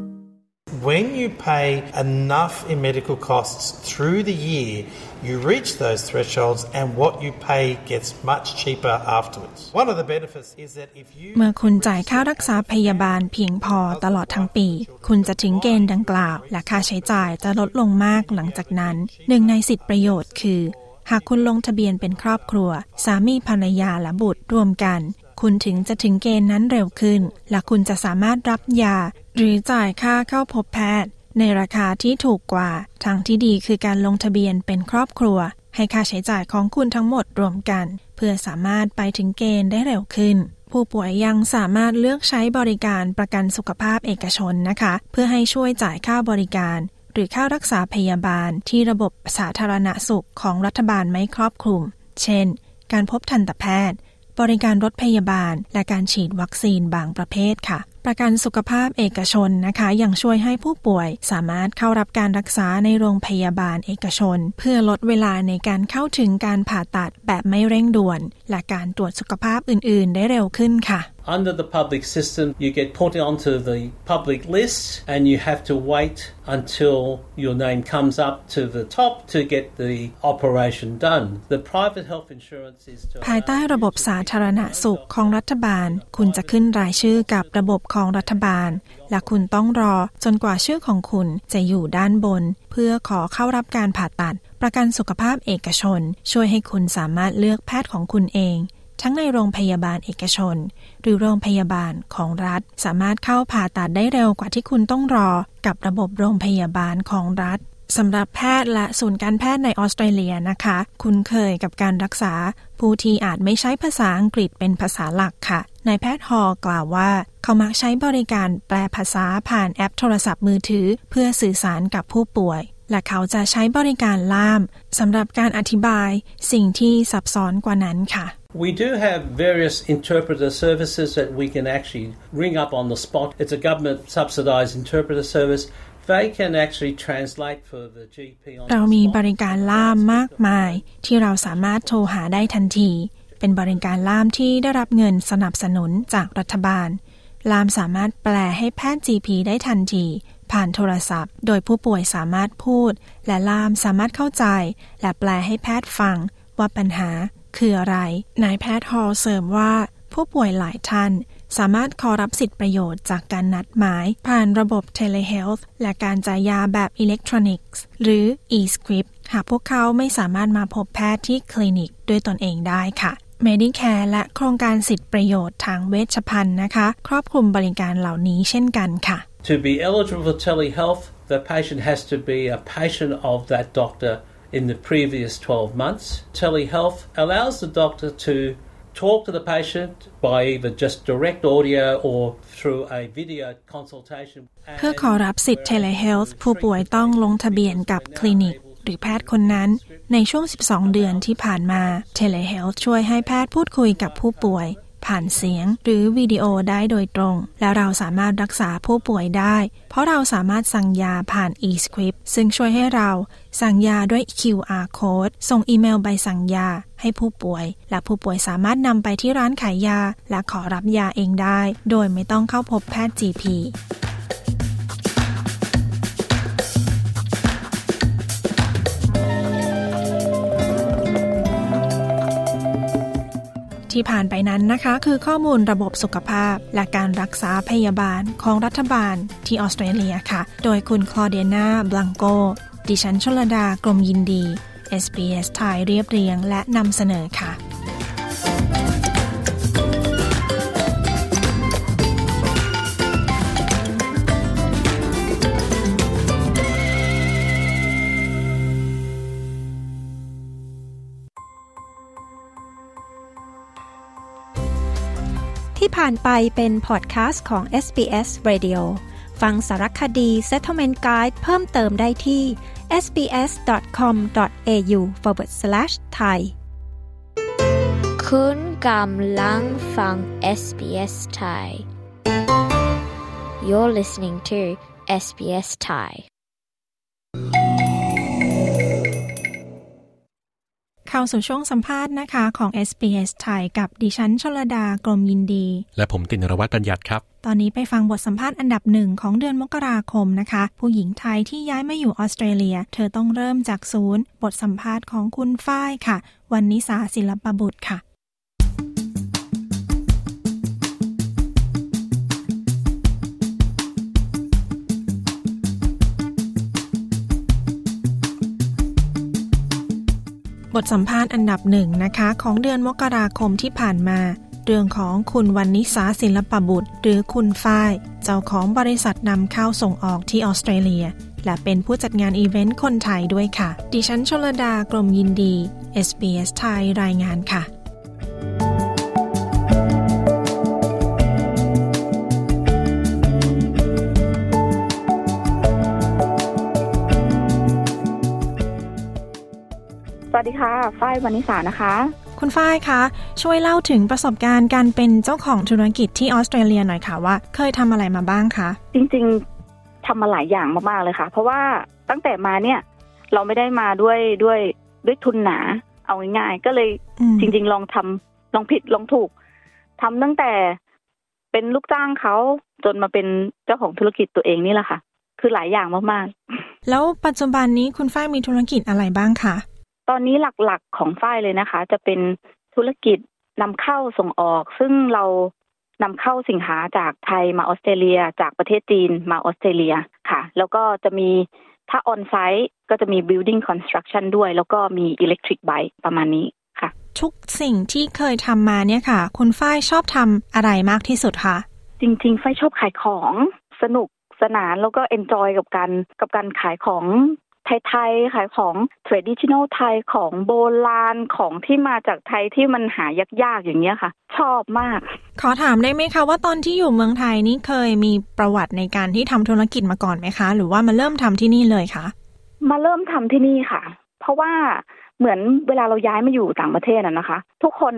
When you pay enough in medical costs through the year, you reach those thresholds and what you pay gets much cheaper afterwards. One of the benefits is that if you เมื่อคุณจ่ายค่ารักษาพยาบาลเพียงพอตลอดทั้งปีคุณจะถึงเกณฑ์ดังกล่าวและค่าใช้จ่ายจะลดลงมากหลังจากนั้นหนึ่งในสิทธิประโยชน์คือหากคุณลงทะเบียนเป็นครอบครัวสามีภรรยาและบุตรรวมกันคุณถึงจะถึงเกณฑ์นั้นเร็วขึ้นและคุณจะสามารถรับยาหรือจ่ายค่าเข้าพบแพทย์ในราคาที่ถูกกว่าทางที่ดีคือการลงทะเบียนเป็นครอบครัวให้ค่าใช้จ่ายของคุณทั้งหมดรวมกันเพื่อสามารถไปถึงเกณฑ์ได้เร็วขึ้นผู้ป่วยยังสามารถเลือกใช้บริการประกันสุขภาพเอกชนนะคะเพื่อให้ช่วยจ่ายค่าบริการหรือค่ารักษาพยาบาลที่ระบบสาธารณสุขของรัฐบาลไม่ครอบคลุมเช่นการพบทันตแพทย์บริการรถพยาบาลและการฉีดวัคซีนบางประเภทค่ะประกันสุขภาพเอกชนนะคะยังช่วยให้ผู้ป่วยสามารถเข้ารับการรักษาในโรงพยาบาลเอกชนเพื่อลดเวลาในการเข้าถึงการผ่าตัดแบบไม่เร่งด่วนและการตรวจสุขภาพอื่นๆได้เร็วขึ้นค่ะ Under the public system, you get put onto the public list and you have to wait until your name comes up to the top to get the operation done. The private health insurance is to ภายใต้ระบบสาธารณสุขของรัฐบาลคุณจะขึ้นรายชื่อกับระบบของรัฐบาลและคุณต้องรอจนกว่าชื่อของคุณจะอยู่ด้านบนเพื่อขอเข้ารับการผ่าตัดประกันสุขภาพเอกชนช่วยให้คุณสามารถเลือกแพทย์ของคุณเองทั้งในโรงพยาบาลเอกชนหรือโรงพยาบาลของรัฐสามารถเข้าผ่าตัดได้เร็วกว่าที่คุณต้องรอกับระบบโรงพยาบาลของรัฐสำหรับแพทย์และศูนย์การแพทย์ในออสเตรเลียนะคะคุ้นเคยกับการรักษาผู้ที่อาจไม่ใช้ภาษาอังกฤษเป็นภาษาหลักค่ะนายแพทย์ฮอกล่าวว่าเขามักใช้บริการแปลภาษาผ่านแอปโทรศัพท์มือถือเพื่อสื่อสารกับผู้ป่วยและเขาจะใช้บริการล่ามสำหรับการอธิบายสิ่งที่ซับซ้อนกว่านั้นค่ะ We do have various interpreter services that we can actually ring up on the spot. It's a government subsidised interpreter service. They can actually translate for the GP on the spot. เรามีบริการล่ามมากมายที่เราสามารถโทรหาได้ทันทีเป็นบริการล่ามที่ได้รับเงินสนับสนุนจากรัฐบาลล่ามสามารถแปลให้แพทย์ GP ได้ทันทีผ่านโทรศัพท์โดยผู้ป่วยสามารถพูดและล่ามสามารถเข้าใจและแปลให้แพทย์ฟังว่าปัญหาคืออะไรนายแพทย์ฮอลเสริมว่าผู้ป่วยหลายท่านสามารถขอรับสิทธิประโยชน์จากการนัดหมายผ่านระบบ Telehealth และการจ่ายยาแบบอิเล็กทรอนิกส์หรือ e-script หากพวกเขาไม่สามารถมาพบแพทย์ที่คลินิกด้วยตนเองได้ค่ะ Medicare และโครงการสิทธิประโยชน์ทางเวชภัณฑ์นะคะครอบคลุมบริการเหล่านี้เช่นกันค่ะ To be eligible for telehealth, the patient has to be a patient of that doctor in the previous 12 months. Telehealth allows the doctor to talk to the patient by either just direct audio or through a video consultation. เพื่อขอรับสิทธิ Telehealth ผู้ป่วยต้องลงทะเบียนกับคลินิกหรือแพทย์คนนั้นในช่วง12เดือนที่ผ่านมา Telehealth ช่วยให้แพทย์พูดคุยกับผู้ป่วยผ่านเสียงหรือวิดีโอได้โดยตรงและเราสามารถรักษาผู้ป่วยได้เพราะเราสามารถสั่งยาผ่าน e-script ซึ่งช่วยให้เราสั่งยาด้วย QR code ส่งอีเมลใบสั่งยาให้ผู้ป่วยและผู้ป่วยสามารถนำไปที่ร้านขายยาและขอรับยาเองได้โดยไม่ต้องเข้าพบแพทย์ GPที่ผ่านไปนั้นนะคะคือข้อมูลระบบสุขภาพและการรักษาพยาบาลของรัฐบาลที่ออสเตรเลียค่ะโดยคุณคลอเดียนาบลังโกดิฉันชลดากรมยินดี SBS ไทยเรียบเรียงและนำเสนอค่ะที่ผ่านไปเป็นพอดแคสต์ของ SBS Radio ฟังสารคดี Settlement Guide เพิ่มเติมได้ที่ sbs.com.au/thai คุณกำลังฟัง SBS Thai You're listening to SBS Thai เข้าสู่ช่วงสัมภาษณ์นะคะของ SBS ไทยกับดิฉันชลดากรมยินดีและผมตินรวัตรบัญญัติครับตอนนี้ไปฟังบทสัมภาษณ์อันดับ1ของเดือนมกราคมนะคะผู้หญิงไทยที่ย้ายมาอยู่ออสเตรเลียเธอต้องเริ่มจากศูนย์บทสัมภาษณ์ของคุณฝ้ายค่ะวรรณิสาศิลปบุตรค่ะบทสัมภาษณ์อันดับ1นะคะของเดือนมกราคมที่ผ่านมาเรื่องของคุณวรรณิสาศิลปบุตรหรือคุณฝ้ายเจ้าของบริษัทนำเข้าส่งออกที่ออสเตรเลียและเป็นผู้จัดงานอีเวนต์คนไทยด้วยค่ะดิฉันชลดากรมยินดี SBS ไทยรายงานค่ะสวัสดีค่ะฝ้ายวรรณิสานะคะคุณฝ้ายคะช่วยเล่าถึงประสบการณ์การเป็นเจ้าของธุรกิจที่ออสเตรเลียหน่อยค่ะว่าเคยทำอะไรมาบ้างคะจริงๆทำมาหลายอย่างมากๆเลยค่ะเพราะว่าตั้งแต่มาเนี่ยเราไม่ได้มาด้วยทุนหนาเอาง่ายๆก็เลยจริงๆลองทำลองผิดลองถูกทำตั้งแต่เป็นลูกจ้างเขาจนมาเป็นเจ้าของธุรกิจตัวเองนี่แหละค่ะคือหลายอย่างมากๆแล้วปัจจุบันนี้คุณฝ้ายมีธุรกิจอะไรบ้างคะตอนนี้หลักๆของฝ้ายเลยนะคะจะเป็นธุรกิจนำเข้าส่งออกซึ่งเรานำเข้าสินค้าจากไทยมาออสเตรเลียจากประเทศจีนมาออสเตรเลียค่ะแล้วก็จะมีถ้าออนไซต์ก็จะมี building construction ด้วยแล้วก็มี electric bike ประมาณนี้ค่ะทุกสิ่งที่เคยทำมาเนี่ยค่ะคุณฝ้ายชอบทำอะไรมากที่สุดคะจริงๆฝ้ายชอบขายของสนุกสนานแล้วก็ enjoy กับการขายของไทยๆขายของ traditional ไทยของโบราณของที่มาจากไทยที่มันหายากๆอย่างเงี้ยค่ะชอบมากขอถามได้ไหมคะว่าตอนที่อยู่เมืองไทยนี่เคยมีประวัติในการที่ทำธุรกิจมาก่อนไหมคะหรือว่ามาเริ่มทำที่นี่เลยคะมาเริ่มทำที่นี่ค่ะเพราะว่าเหมือนเวลาเราย้ายมาอยู่ต่างประเทศนะคะทุกคนน่ะ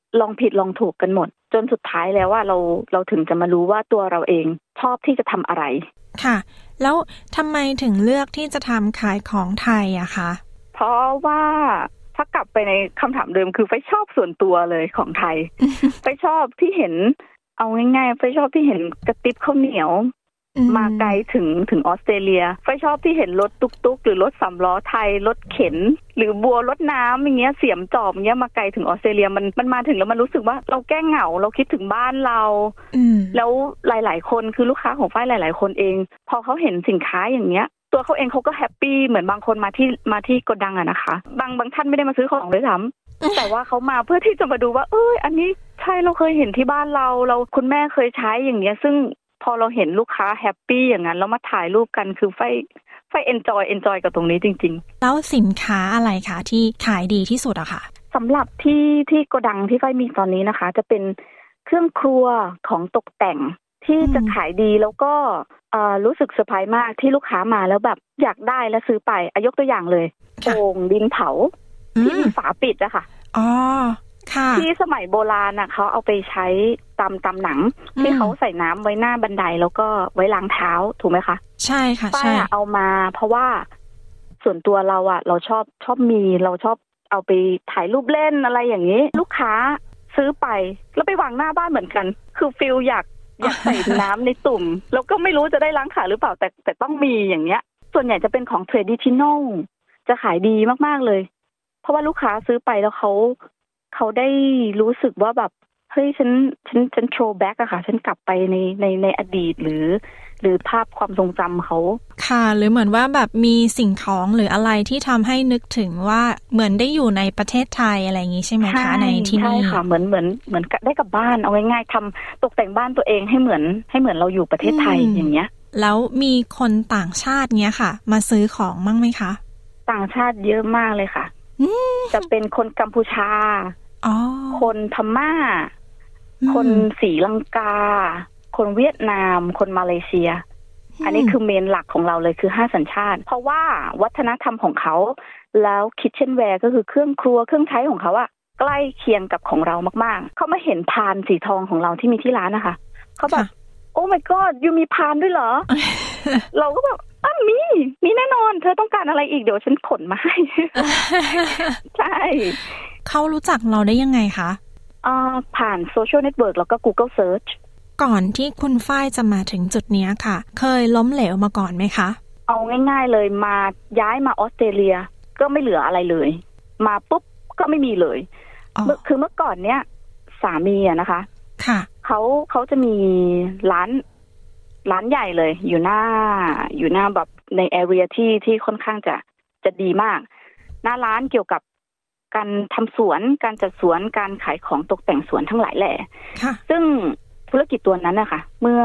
ลองผิดลองถูกกันหมดจนสุดท้ายแล้วว่าเราถึงจะมารู้ว่าตัวเราเองชอบที่จะทำอะไรค่ะแล้วทำไมถึงเลือกที่จะทำขายของไทยอะคะเพราะว่าถ้ากลับไปในคำถามเดิมคือไฟชอบส่วนตัวเลยของไทย ไฟชอบที่เห็นเอาง่ายๆไฟชอบที่เห็นกระติบข้าวเหนียวมาไกลถึงออสเตรเลียไฟชอบที่เห็นรถตุ๊กๆหรือรถสามล้อไทยรถเข็นหรือบัวรถน้ำอย่างเงี้ยเสียมจอบอย่างเงี้ยมาไกลถึงออสเตรเลียมันมาถึงแล้วมันรู้สึกว่าเราแก้เหงาเราคิดถึงบ้านเราแล้วหลายๆคนคือลูกค้าของไฟหลายๆคนเองพอเขาเห็นสินค้าอย่างเงี้ยตัวเขาเองเขาก็แฮปปี้เหมือนบางคนมาที่โกดังอะนะคะบางท่านไม่ได้มาซื้อของด้วยซ้ำแต่ว่าเขามาเพื่อที่จะมาดูว่าอันนี้ใช่เราเคยเห็นที่บ้านเราคุณแม่เคยใช้อย่างเงี้ยซึ่งพอเราเห็นลูกค้าแฮปปี้อย่างนั้นแล้วมาถ่ายรูปกันคือไฟเอนจอยกับตรงนี้จริงๆแล้วสินค้าอะไรคะที่ขายดีที่สุดอะค่ะสำหรับที่โกดังที่ไฟมีตอนนี้นะคะจะเป็นเครื่องครัวของตกแต่งที่จะขายดีแล้วก็รู้สึกเซอร์ไพรส์มากที่ลูกค้ามาแล้วแบบอยากได้และซื้อไปยกตัวอย่างเลยโอ่งดินเผาที่มีฝาปิดอะค่ะอ๋อค่ะที่สมัยโบราณน่ะเขาเอาไปใช้ตามหนังที่เขาใส่น้ำไว้หน้าบันไดแล้วก็ไว้ล้างเท้าถูกไหมคะใช่ค่ะใช่เอามาเพราะว่าส่วนตัวเราอะเราชอบเราชอบเอาไปถ่ายรูปเล่นอะไรอย่างนี้ลูกค้าซื้อไปแล้วไปวางหน้าบ้านเหมือนกันคือฟิลอยากใส่น้ำในตุ่มแล้วก็ไม่รู้จะได้ล้างขาหรือเปล่าแต่ต้องมีอย่างเงี้ยส่วนใหญ่จะเป็นของ traditional จะขายดีมากๆเลยเพราะว่าลูกค้าซื้อไปแล้วเขาได้รู้สึกว่าแบบเฮ้ยฉันโทรแบ็กอะค่ะฉันกลับไปในอดีตหรือภาพความทรงจำเขาค่ะหรือเหมือนว่าแบบมีสิ่งของหรืออะไรที่ทำให้นึกถึงว่าเหมือนได้อยู่ในประเทศไทยอะไรอย่างนี้ใช่ไหมคะในที่นี่ใช่ค่ะเหมือนได้กลับบ้านเอาง่ายๆทำตกแต่งบ้านตัวเองให้เหมือนเราอยู่ประเทศไทยอย่างเงี้ยแล้วมีคนต่างชาติเนี้ยค่ะมาซื้อของมั่งไหมคะต่างชาติเยอะมากเลยค่ะจะเป็นคนกัมพูชาคนพม่าคนศรีลังกาคนเวียดนามคนมาเลเซียอันนี้คือเมนหลักของเราเลยคือ5สัญชาติเพราะว่าวัฒนธรรมของเขาแล้วคิทเช่นแวร์ก็คือเครื่องครัวเครื่องใช้ของเขาอะใกล้เคียงกับของเรามากๆเขามาเห็นพานสีทองของเราที่มีที่ร้านนะคะเขาแบบโอ้ my god ยูมีพานด้วยเหรอ เราก็แบบมีแน่นอนเธอต้องการอะไรอีกเดี๋ยวฉันขนมาให้ ใช่เขารู้จักเราได้ยังไงคะผ่านโซเชียลเน็ตเวิร์กแล้วก็ Google Search ก่อนที่คุณฝ้ายจะมาถึงจุดนี้ค่ะเคยล้มเหลวมาก่อนไหมคะเอาง่ายๆเลยมาย้ายมาออสเตรเลียก็ไม่เหลืออะไรเลยมาปุ๊บก็ไม่มีเลยคือเมื่อก่อนเนี้ยสามีอะนะคะค่ะเขาจะมีร้านใหญ่เลยอยู่หน้าแบบในแอเรียที่ค่อนข้างจะดีมากหน้าร้านเกี่ยวกับการทำสวนการจัดสวนการขายของตกแต่งสวนทั้งหลายแหล่ซึ่งธุรกิจตัวนั้นนะคะเมื่อ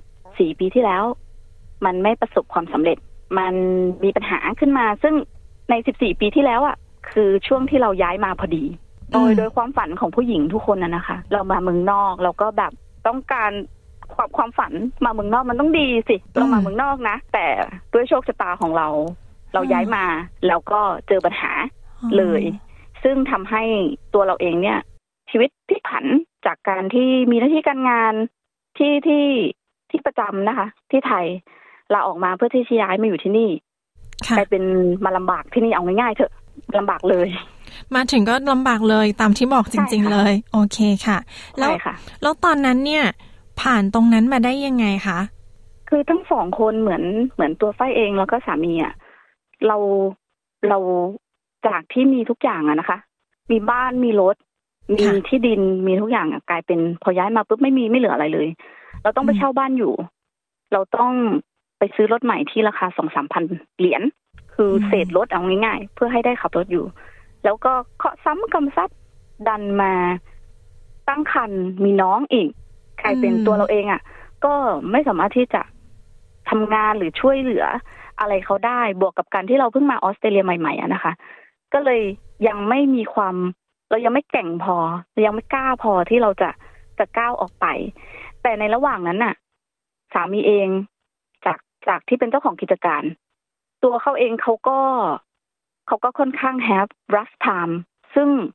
14ปีที่แล้วมันไม่ประสบความสำเร็จมันมีปัญหาขึ้นมาซึ่งใน14ปีที่แล้วอ่ะคือช่วงที่เราย้ายมาพอดีโดยความฝันของผู้หญิงทุกคนนะคะเรามาเมืองนอกเราก็แบบต้องการความฝันมาเมืองนอกมันต้องดีสิเรามาเมืองนอกนะแต่ด้วยโชคชะตาของเราย้ายมาแล้วก็เจอปัญหาเลยซึ่งทำให้ตัวเราเองเนี่ยชีวิตพลิกผันจากการที่มีหน้าที่การงานที่ประจำนะคะที่ไทยลาออกมาเพื่อที่จะย้ายมาอยู่ที่นี่กลายเป็นมาลำบากที่นี่เอาง่ายๆเถอะลำบากเลยมาถึงก็ลำบากเลยตามที่บอกจริงๆเลยโอเคค่ะแล้วตอนนั้นเนี่ยผ่านตรงนั้นมาได้ยังไงคะคือทั้งสองคนเหมือนตัวฝ้ายเองแล้วก็สามีอ่ะเราจากที่มีทุกอย่างอะนะคะมีบ้านมีรถมีที่ดินมีทุกอย่างกลายเป็นพอย้ายมาปุ๊บไม่เหลืออะไรเลยเราต้องไปเช่าบ้านอยู่เราต้องไปซื้อรถใหม่ที่ราคา 2-3 พันเหรียญคือเศษรถเอาง่ายๆเพื่อให้ได้ขับรถอยู่แล้วก็เคาะซ้ำกำซัดดันมาตั้งครรภ์มีน้องอีกกลายเป็นตัวเราเองอ่ะก็ไม่สามารถที่จะทำงานหรือช่วยเหลืออะไรเขาได้บวกกับการที่เราเพิ่งมาออสเตรเลียใหม่ๆนะคะก็เลยยังไม่มีความเรายังไม่แกร่งพอยังไม่กล้าพอที่เราจะก้าวออกไปแต่ในระหว่างนั้นน่ะสามีเองจากที่เป็นเจ้าของกิจการตัวเขาเองเขาก็ค่อนข้าง have rush time ซึ่ง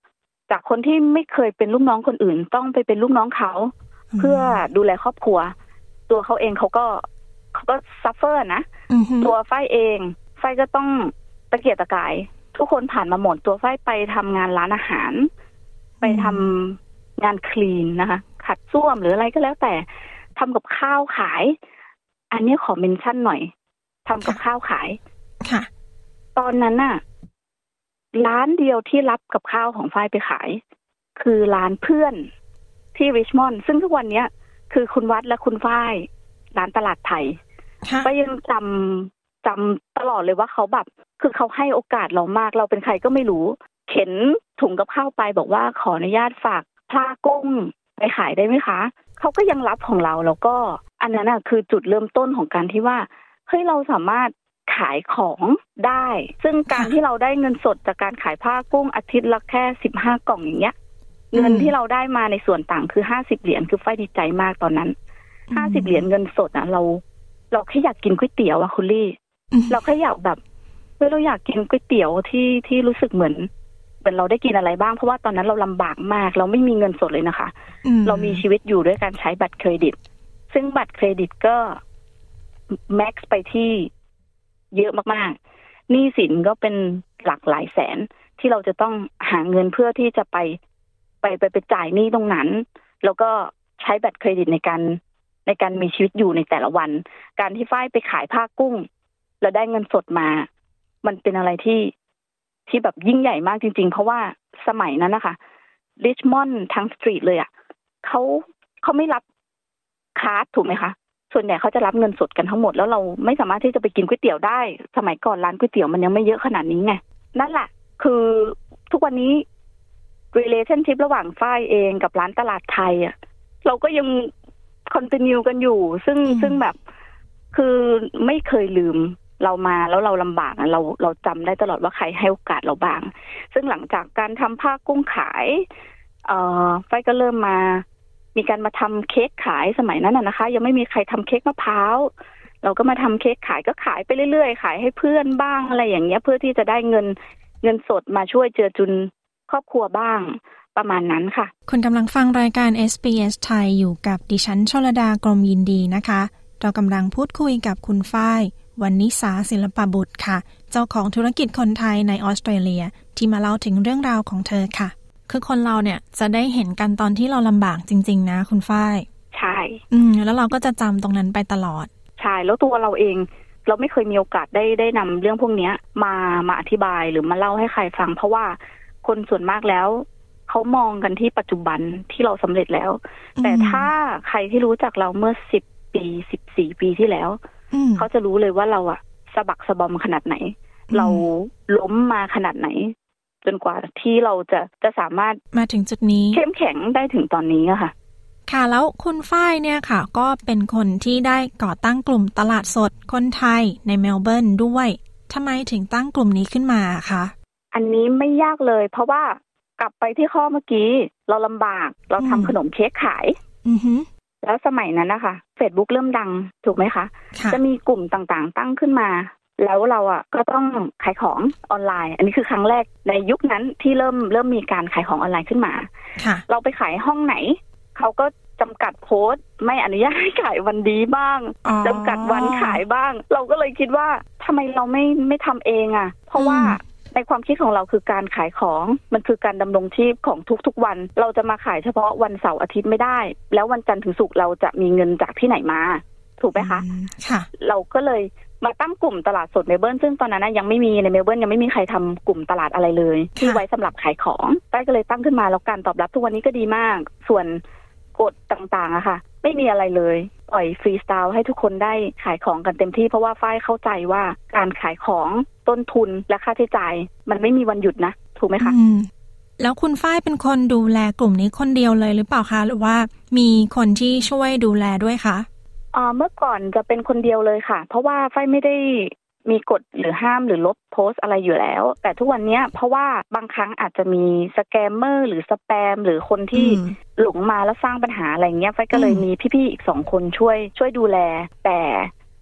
จากคนที่ไม่เคยเป็นลูกน้องคนอื่นต้องไปเป็นลูกน้องเขาเพื่อดูแลครอบครัวตัวเขาเองเขาก็ซัฟเฟอร์นะตัวฝ้ายเองฝ้ายก็ต้องตะเกียกตะกายทุกคนผ่านมาหมดตัวฝ้ายไปทำงานร้านอาหารไปทำงานคลีนนะคะขัดส้วมหรืออะไรก็แล้วแต่ทำกับข้าวขายอันนี้ขอเมนชั่นหน่อยทำกับข้าวขายค่ะตอนนั้นน่ะร้านเดียวที่รับกับข้าวของฝ้ายไปขายคือร้านเพื่อนที่ริชมอนด์ซึ่งทุกวันนี้คือคุณวัดและคุณฝ้ายร้านตลาดไทยก็ยังจำตลอดเลยว่าเขาแบบคือเขาให้โอกาสเรามากเราเป็นใครก็ไม่รู้เข็นถุงกับข้าวไปบอกว่าขออนุญาตฝากพลากุ้งไปขายได้ไหมคะเขาก็ยังรับของเราแล้วก็อันนั้นน่ะคือจุดเริ่มต้นของการที่ว่าเฮ้ยเราสามารถขายของได้ซึ่งการที่เราได้เงินสดจากการขายผ้ากุ้งอาทิตย์ละแค่15 กล่องอย่างเงี้ยเงินที่เราได้มาในส่วนต่างคือ50 เหรียญคือฝ้ายดีใจมากตอนนั้น50 เหรียญเงินสดนะเราแค่อยากกินก๋วยเตี๋ยวอะคุณลี่เราแค่อยากแบบเราอยากกินก๋วยเตี๋ยวที่รู้สึกเหมือนเราได้กินอะไรบ้างเพราะว่าตอนนั้นเราลำบากมากเราไม่มีเงินสดเลยนะคะเรามีชีวิตอยู่ด้วยการใช้บัตรเครดิตซึ่งบัตรเครดิตก็แม็กซ์ไปที่เยอะมากๆหนี้สินก็เป็นหลักหลายแสนที่เราจะต้องหาเงินเพื่อที่จะไปจ่ายหนี้ตรงนั้นแล้วก็ใช้บัตรเครดิตในการมีชีวิตอยู่ในแต่ละวันการที่ฝ้ายไปขายผ้ากุ้งแล้วได้เงินสดมามันเป็นอะไรที่แบบยิ่งใหญ่มากจริงๆเพราะว่าสมัยนั้นนะคะริชมอนด์ทั้งสตรีทเลยอ่ะเขาไม่รับคาร์ดถูกไหมคะส่วนใหญ่เขาจะรับเงินสดกันทั้งหมดแล้วเราไม่สามารถที่จะไปกินก๋วยเตี๋ยวได้สมัยก่อนร้านก๋วยเตี๋ยวมันยังไม่เยอะขนาดนี้ไงนั่นแหละคือทุกวันนี้ relationship ระหว่างฝ้ายเองกับร้านตลาดไทยอ่ะเราก็ยังcontinue กันอยู่ซึ่งแบบคือไม่เคยลืมเรามาแล้วเราลำบากเราจำได้ตลอดว่าใครให้โอกาสเราบ้างซึ่งหลังจากการทำผ้ากุ้งขายฝ้ายก็เริ่มมีการมาทำเค้กขายสมัยนั้นนะคะยังไม่มีใครทำเค้กมะพร้าวเราก็มาทำเค้กขายก็ขายไปเรื่อยๆขายให้เพื่อนบ้างอะไรอย่างเงี้ยเพื่อที่จะได้เงินสดมาช่วยเจือจุนครอบครัวบ้างประมาณนั้นค่ะคุณกำลังฟังรายการ SBS ไทยอยู่กับดิฉันชลดากรมยินดีนะคะเรากำลังพูดคุยกับคุณฝ้ายวรรณิสาศิลปบุตรค่ะเจ้าของธุรกิจคนไทยในออสเตรเลียที่มาเล่าถึงเรื่องราวของเธอค่ะคือคนเราเนี่ยจะได้เห็นกันตอนที่เราลำบากจริงๆนะคุณฝ้ายใช่แล้วเราก็จะจำตรงนั้นไปตลอดใช่แล้วตัวเราเองเราไม่เคยมีโอกาสได้นำเรื่องพวกนี้มาอธิบายหรือมาเล่าให้ใครฟังเพราะว่าคนส่วนมากแล้วเขามองกันที่ปัจจุบันที่เราสำเร็จแล้วแต่ถ้าใครที่รู้จักเราเมื่อ10 ปี14 ปีที่แล้วเขาจะรู้เลยว่าเราอะสะบักสะบอมขนาดไหนเราล้มมาขนาดไหนจนกว่าที่เราจะสามารถมาถึงจุดนี้เข้มแข็งได้ถึงตอนนี้อะค่ะค่ะแล้วคุณฝ้ายเนี่ยค่ะก็เป็นคนที่ได้ก่อตั้งกลุ่มตลาดสดคนไทยในเมลเบิร์นด้วยทำไมถึงตั้งกลุ่มนี้ขึ้นมาคะอันนี้ไม่ยากเลยเพราะว่ากลับไปที่ข้อเมื่อกี้เราลำบากเราทำขนมเค้กขายแล้วสมัยนั้นนะคะ Facebook เริ่มดังถูกไหมคะจะมีกลุ่มต่างๆตั้งขึ้นมาแล้วเราอ่ะก็ต้องขายของออนไลน์อันนี้คือครั้งแรกในยุคนั้นที่เริ่มมีการขายของออนไลน์ขึ้นมาเราไปขายห้องไหนเขาก็จำกัดโพสต์ไม่อนุญาตให้ขายวันดีบ้างจำกัดวันขายบ้างเราก็เลยคิดว่าทำไมเราไม่ทำเองอ่ะเพราะว่าในความคิดของเราคือการขายของมันคือการดำรงชีพของทุกๆวันเราจะมาขายเฉพาะวันเสาร์อาทิตย์ไม่ได้แล้ววันจันทร์ถึงศุกร์เราจะมีเงินจากที่ไหนมาถูกไหมคะค่ะเราก็เลยมาตั้งกลุ่มตลาดสดเมลเบิร์นซึ่งตอนนั้นยังไม่มีในเมลเบิร์นยังไม่มีใครทำกลุ่มตลาดอะไรเลยที่ไว้สำหรับขายของต้ก็เลยตั้งขึ้นมาแล้วการตอบรับทุกวันนี้ก็ดีมากส่วนกฎต่างๆอะค่ะไม่มีอะไรเลยปล่อยฟรีสไตล์ให้ทุกคนได้ขายของกันเต็มที่เพราะว่าฝ้ายเข้าใจว่าการขายของต้นทุนและค่าใช้จ่ายมันไม่มีวันหยุดนะถูกไหมคะแล้วคุณฝ้ายเป็นคนดูแลกลุ่มนี้คนเดียวเลยหรือเปล่าคะหรือว่ามีคนที่ช่วยดูแลด้วยคะเมื่อก่อนจะเป็นคนเดียวเลยค่ะเพราะว่าฝ้ายไม่ได้มีกฎหรือห้ามหรือลบโพสต์อะไรอยู่แล้วแต่ทุกวันนี้เพราะว่าบางครั้งอาจจะมีสแกมเมอร์หรือสแปมหรือคนที่หลงมาแล้วสร้างปัญหาอะไรเงี้ยฝ้ายก็เลยมีพี่ๆอีก2 คนช่วยดูแลแต่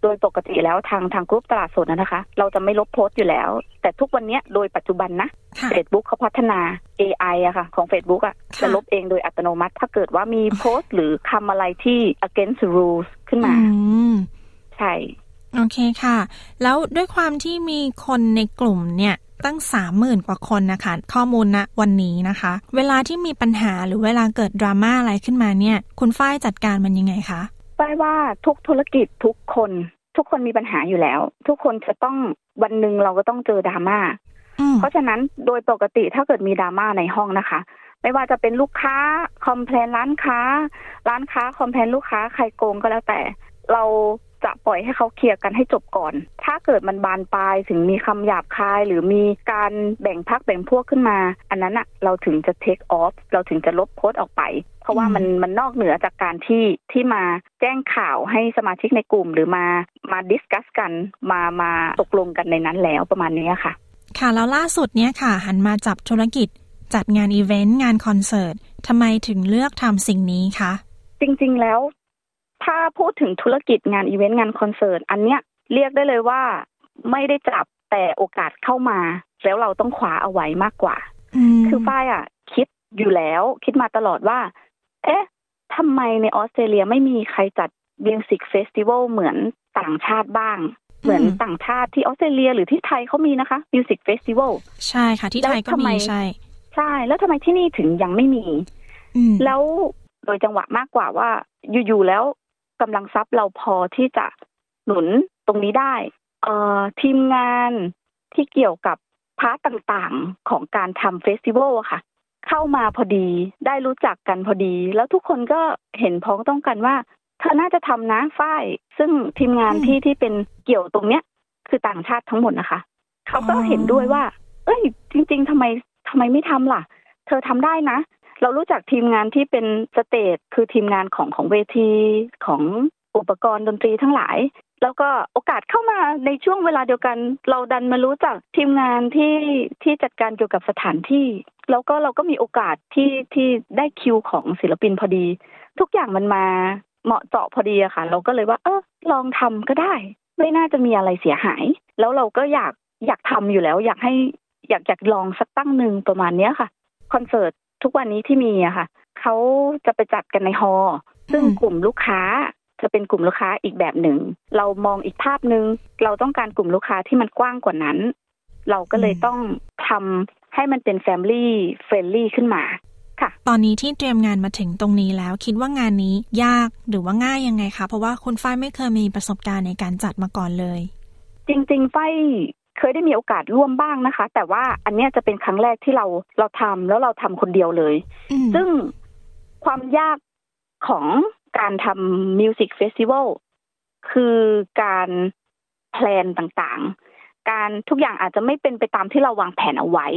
โดยปกติแล้วทางกลุ่มตลาดสดนะคะเราจะไม่ลบโพสต์อยู่แล้วแต่ทุกวันนี้โดยปัจจุบันนะ Facebook เขาพัฒนา AI อะค่ะของ Facebook อะจะลบเองโดยอัตโนมัติถ้าเกิดว่ามีโพสต์หรือคำอะไรที่ against rules ขึ้นมาใช่โอเคค่ะแล้วด้วยความที่มีคนในกลุ่มเนี่ยตั้ง 30,000 กว่าคนนะคะข้อมูลณวันนี้นะคะเวลาที่มีปัญหาหรือเวลาเกิดดราม่าอะไรขึ้นมาเนี่ยคุณฝ้ายจัดการมันยังไงคะฝ้ายว่าทุกธุรกิจทุกคนมีปัญหาอยู่แล้วทุกคนจะต้องวันนึงเราก็ต้องเจอดราม่าเพราะฉะนั้นโดยปกติถ้าเกิดมีดราม่าในห้องนะคะไม่ว่าจะเป็นลูกค้าคอมเพลนร้านค้าคอมเพลนลูกค้าใครโกงก็แล้วแต่เราจะปล่อยให้เขาเคลียร์กันให้จบก่อนถ้าเกิดมันบานปลายถึงมีคำหยาบคายหรือมีการแบ่งพรรคแบ่งพวกขึ้นมาอันนั้นอะเราถึงจะ take off เราถึงจะลบโพสต์ออกไปเพราะว่ามันนอกเหนือจากการที่มาแจ้งข่าวให้สมาชิกในกลุ่มหรือมาดิสคัสกันมาตกลงกันในนั้นแล้วประมาณนี้ค่ะค่ะแล้วล่าสุดเนี้ยค่ะหันมาจับธุรกิจจัดงานอีเวนต์งานคอนเสิร์ตทำไมถึงเลือกทำสิ่งนี้คะจริงๆแล้วถ้าพูดถึงธุรกิจงานอีเวนต์งานคอนเสิร์ตอันเนี้ยเรียกได้เลยว่าไม่ได้จับแต่โอกาสเข้ามาแล้วเราต้องคว้าเอาไว้มากกว่าคือฝ้ายคิดอยู่แล้วคิดมาตลอดว่าเอ๊ะทำไมในออสเตรเลียไม่มีใครจัดมิวสิกเฟสติวัลเหมือนต่างชาติบ้างเหมือนต่างชาติที่ออสเตรเลียหรือที่ไทยเขามีนะคะมิวสิกเฟสติวัลใช่ค่ะที่ไทยก็มีใช่แล้วทำไมที่นี่ถึงยังไม่มีแล้วโดยจังหวะมากกว่าว่าอยู่ๆแล้วกำลังทรัพย์เราพอที่จะหนุนตรงนี้ได้ทีมงานที่เกี่ยวกับพาร์ทต่างๆของการทำเฟสติวัลอะค่ะเข้ามาพอดีได้รู้จักกันพอดีแล้วทุกคนก็เห็นพ้องต้องกันว่าเธอน่าจะทำนะฝ้ายซึ่งทีมงานที่เป็นเกี่ยวตรงเนี้ยคือต่างชาติทั้งหมดนะคะเขาก็เห็นด้วยว่าเอ้ยจริงๆทำไมไม่ทำล่ะเธอทำได้นะเรารู้จักทีมงานที่เป็นสเตจคือทีมงานของเวทีของอุปกรณ์ดนตรีทั้งหลายแล้วก็โอกาสเข้ามาในช่วงเวลาเดียวกันเราดันมารู้จักทีมงานที่จัดการเกี่ยวกับสถานที่แล้วก็เราก็มีโอกาสที่ได้คิวของศิลปินพอดีทุกอย่างมันมาเหมาะเจาะพอดีอะค่ะเราก็เลยว่าลองทำก็ได้ไม่น่าจะมีอะไรเสียหายแล้วเราก็อยากทำอยู่แล้วอยากลองสักตั้งหนึ่งประมาณนี้ค่ะคอนเสิร์ตทุกวันนี้ที่มีอะค่ะเขาจะไปจัดกันในฮอลล์ซึ่งกลุ่มลูกค้าจะเป็นกลุ่มลูกค้าอีกแบบหนึ่งเรามองอีกภาพนึงเราต้องการกลุ่มลูกค้าที่มันกว้างกว่านั้นเราก็เลยต้องทำให้มันเป็น Family Friendly ขึ้นมาค่ะตอนนี้ที่เตรียมงานมาถึงตรงนี้แล้วคิดว่างานนี้ยากหรือว่าง่ายยังไงคะเพราะว่าคุณฝ้ายไม่เคยมีประสบการณ์ในการจัดมาก่อนเลยจริงๆฝ้ายเคยได้มีโอกาสร่วมบ้างนะคะแต่ว่าอันนี้จะเป็นครั้งแรกที่เราทำแล้วเราทำคนเดียวเลยซึ่งความยากของการทำมิวสิกเฟสติวัลคือการแพลนต่างๆการทุกอย่างอาจจะไม่เป็นไปตามที่เราวางแผนเอาไว้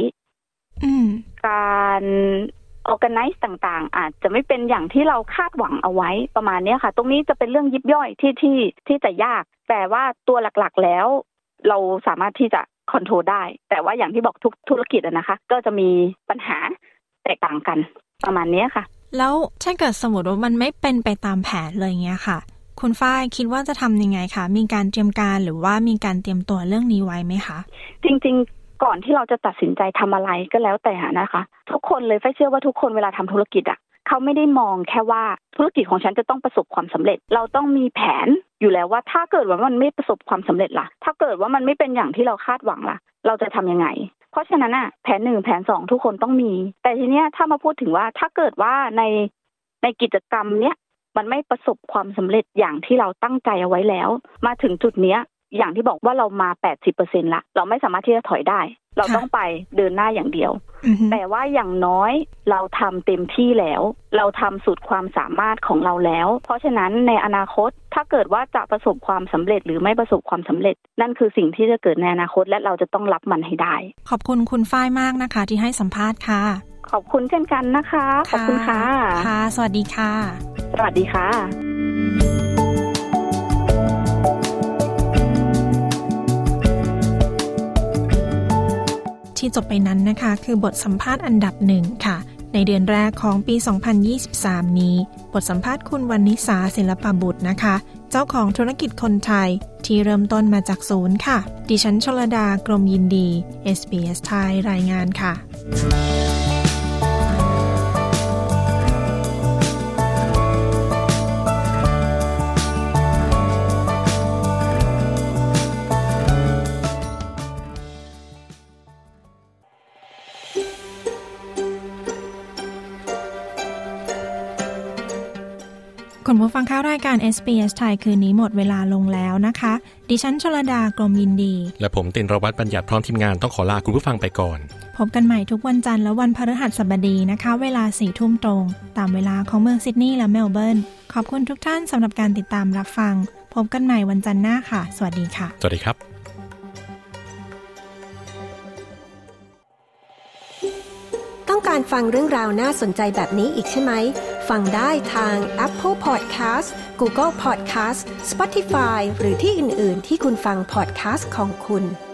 การorganize ต่างๆอาจจะไม่เป็นอย่างที่เราคาดหวังเอาไว้ประมาณนี้ค่ะตรงนี้จะเป็นเรื่องยิบย่อยที่จะยากแต่ว่าตัวหลักๆแล้วเราสามารถที่จะคอนโทรลได้แต่ว่าอย่างที่บอกทุกธุรกิจนะคะก็จะมีปัญหาแตกต่างกันประมาณนี้ค่ะแล้วถ้าเกิดสมมติว่ามันไม่เป็นไปตามแผนเลยเงี้ยค่ะคุณฝ้ายคิดว่าจะทำยังไงคะมีการเตรียมการหรือว่ามีการเตรียมตัวเรื่องนี้ไว้ไหมคะจริงๆก่อนที่เราจะตัดสินใจทำอะไรก็แล้วแต่นะคะทุกคนเลยฝ้ายเชื่อว่าทุกคนเวลาทำธุรกิจเขาไม่ได้มองแค่ว่าธุรกิจของฉันจะต้องประสบความสำเร็จเราต้องมีแผนอยู่แล้วว่าถ้าเกิดว่ามันไม่ประสบความสำเร็จล่ะถ้าเกิดว่ามันไม่เป็นอย่างที่เราคาดหวังล่ะเราจะทำยังไงเพราะฉะนั้นแผน1แผน2ทุกคนต้องมีแต่ทีเนี้ยถ้ามาพูดถึงว่าถ้าเกิดว่าในกิจกรรมเนี้ยมันไม่ประสบความสำเร็จอย่างที่เราตั้งใจเอาไว้แล้วมาถึงจุดเนี้ยอย่างที่บอกว่าเรามา 80% ละเราไม่สามารถที่จะถอยได้เราต้องไปเดินหน้าอย่างเดียวแต่ว่าอย่างน้อยเราทำเต็มที่แล้วเราทำสุดความสามารถของเราแล้วเพราะฉะนั้นในอนาคตถ้าเกิดว่าจะประสบความสำเร็จหรือไม่ประสบความสำเร็จนั่นคือสิ่งที่จะเกิดในอนาคตและเราจะต้องรับมันให้ได้ขอบคุณคุณฝ้ายมากนะคะที่ให้สัมภาษณ์ค่ะขอบคุณเช่นกันนะคะขอบคุณค่ะค่ะสวัสดีค่ะสวัสดีค่ะที่จบไปนั้นนะคะคือบทสัมภาษณ์อันดับหนึ่งค่ะในเดือนแรกของปี 2023 นี้บทสัมภาษณ์คุณวรรณิสาศิลปบุตรนะคะเจ้าของธุรกิจคนไทยที่เริ่มต้นมาจากศูนย์ค่ะดิฉันชลดากรมยินดี SBS ไทยรายงานค่ะคุณผู้ฟังข่าวรายการ SBS ไทยคืนนี้หมดเวลาลงแล้วนะคะดิฉันชลดากรมยินดีและผมตินรวัตรบัญญัติพร้อมทีมงานต้องขอลาคุณผู้ฟังไปก่อนพบกันใหม่ทุกวันจันทร์และวันพฤหัสบดีนะคะเวลา 4 ทุ่มตรงตามเวลาของเมืองซิดนีย์และเมลเบิร์นขอบคุณทุกท่านสำหรับการติดตามรับฟังพบกันใหม่วันจันทร์หน้าค่ะสวัสดีค่ะสวัสดีครับต้องการฟังเรื่องราวน่าสนใจแบบนี้อีกใช่ไหมฟังได้ทาง Apple Podcast Google Podcast Spotify หรือที่อื่นๆที่คุณฟัง podcast ของคุณ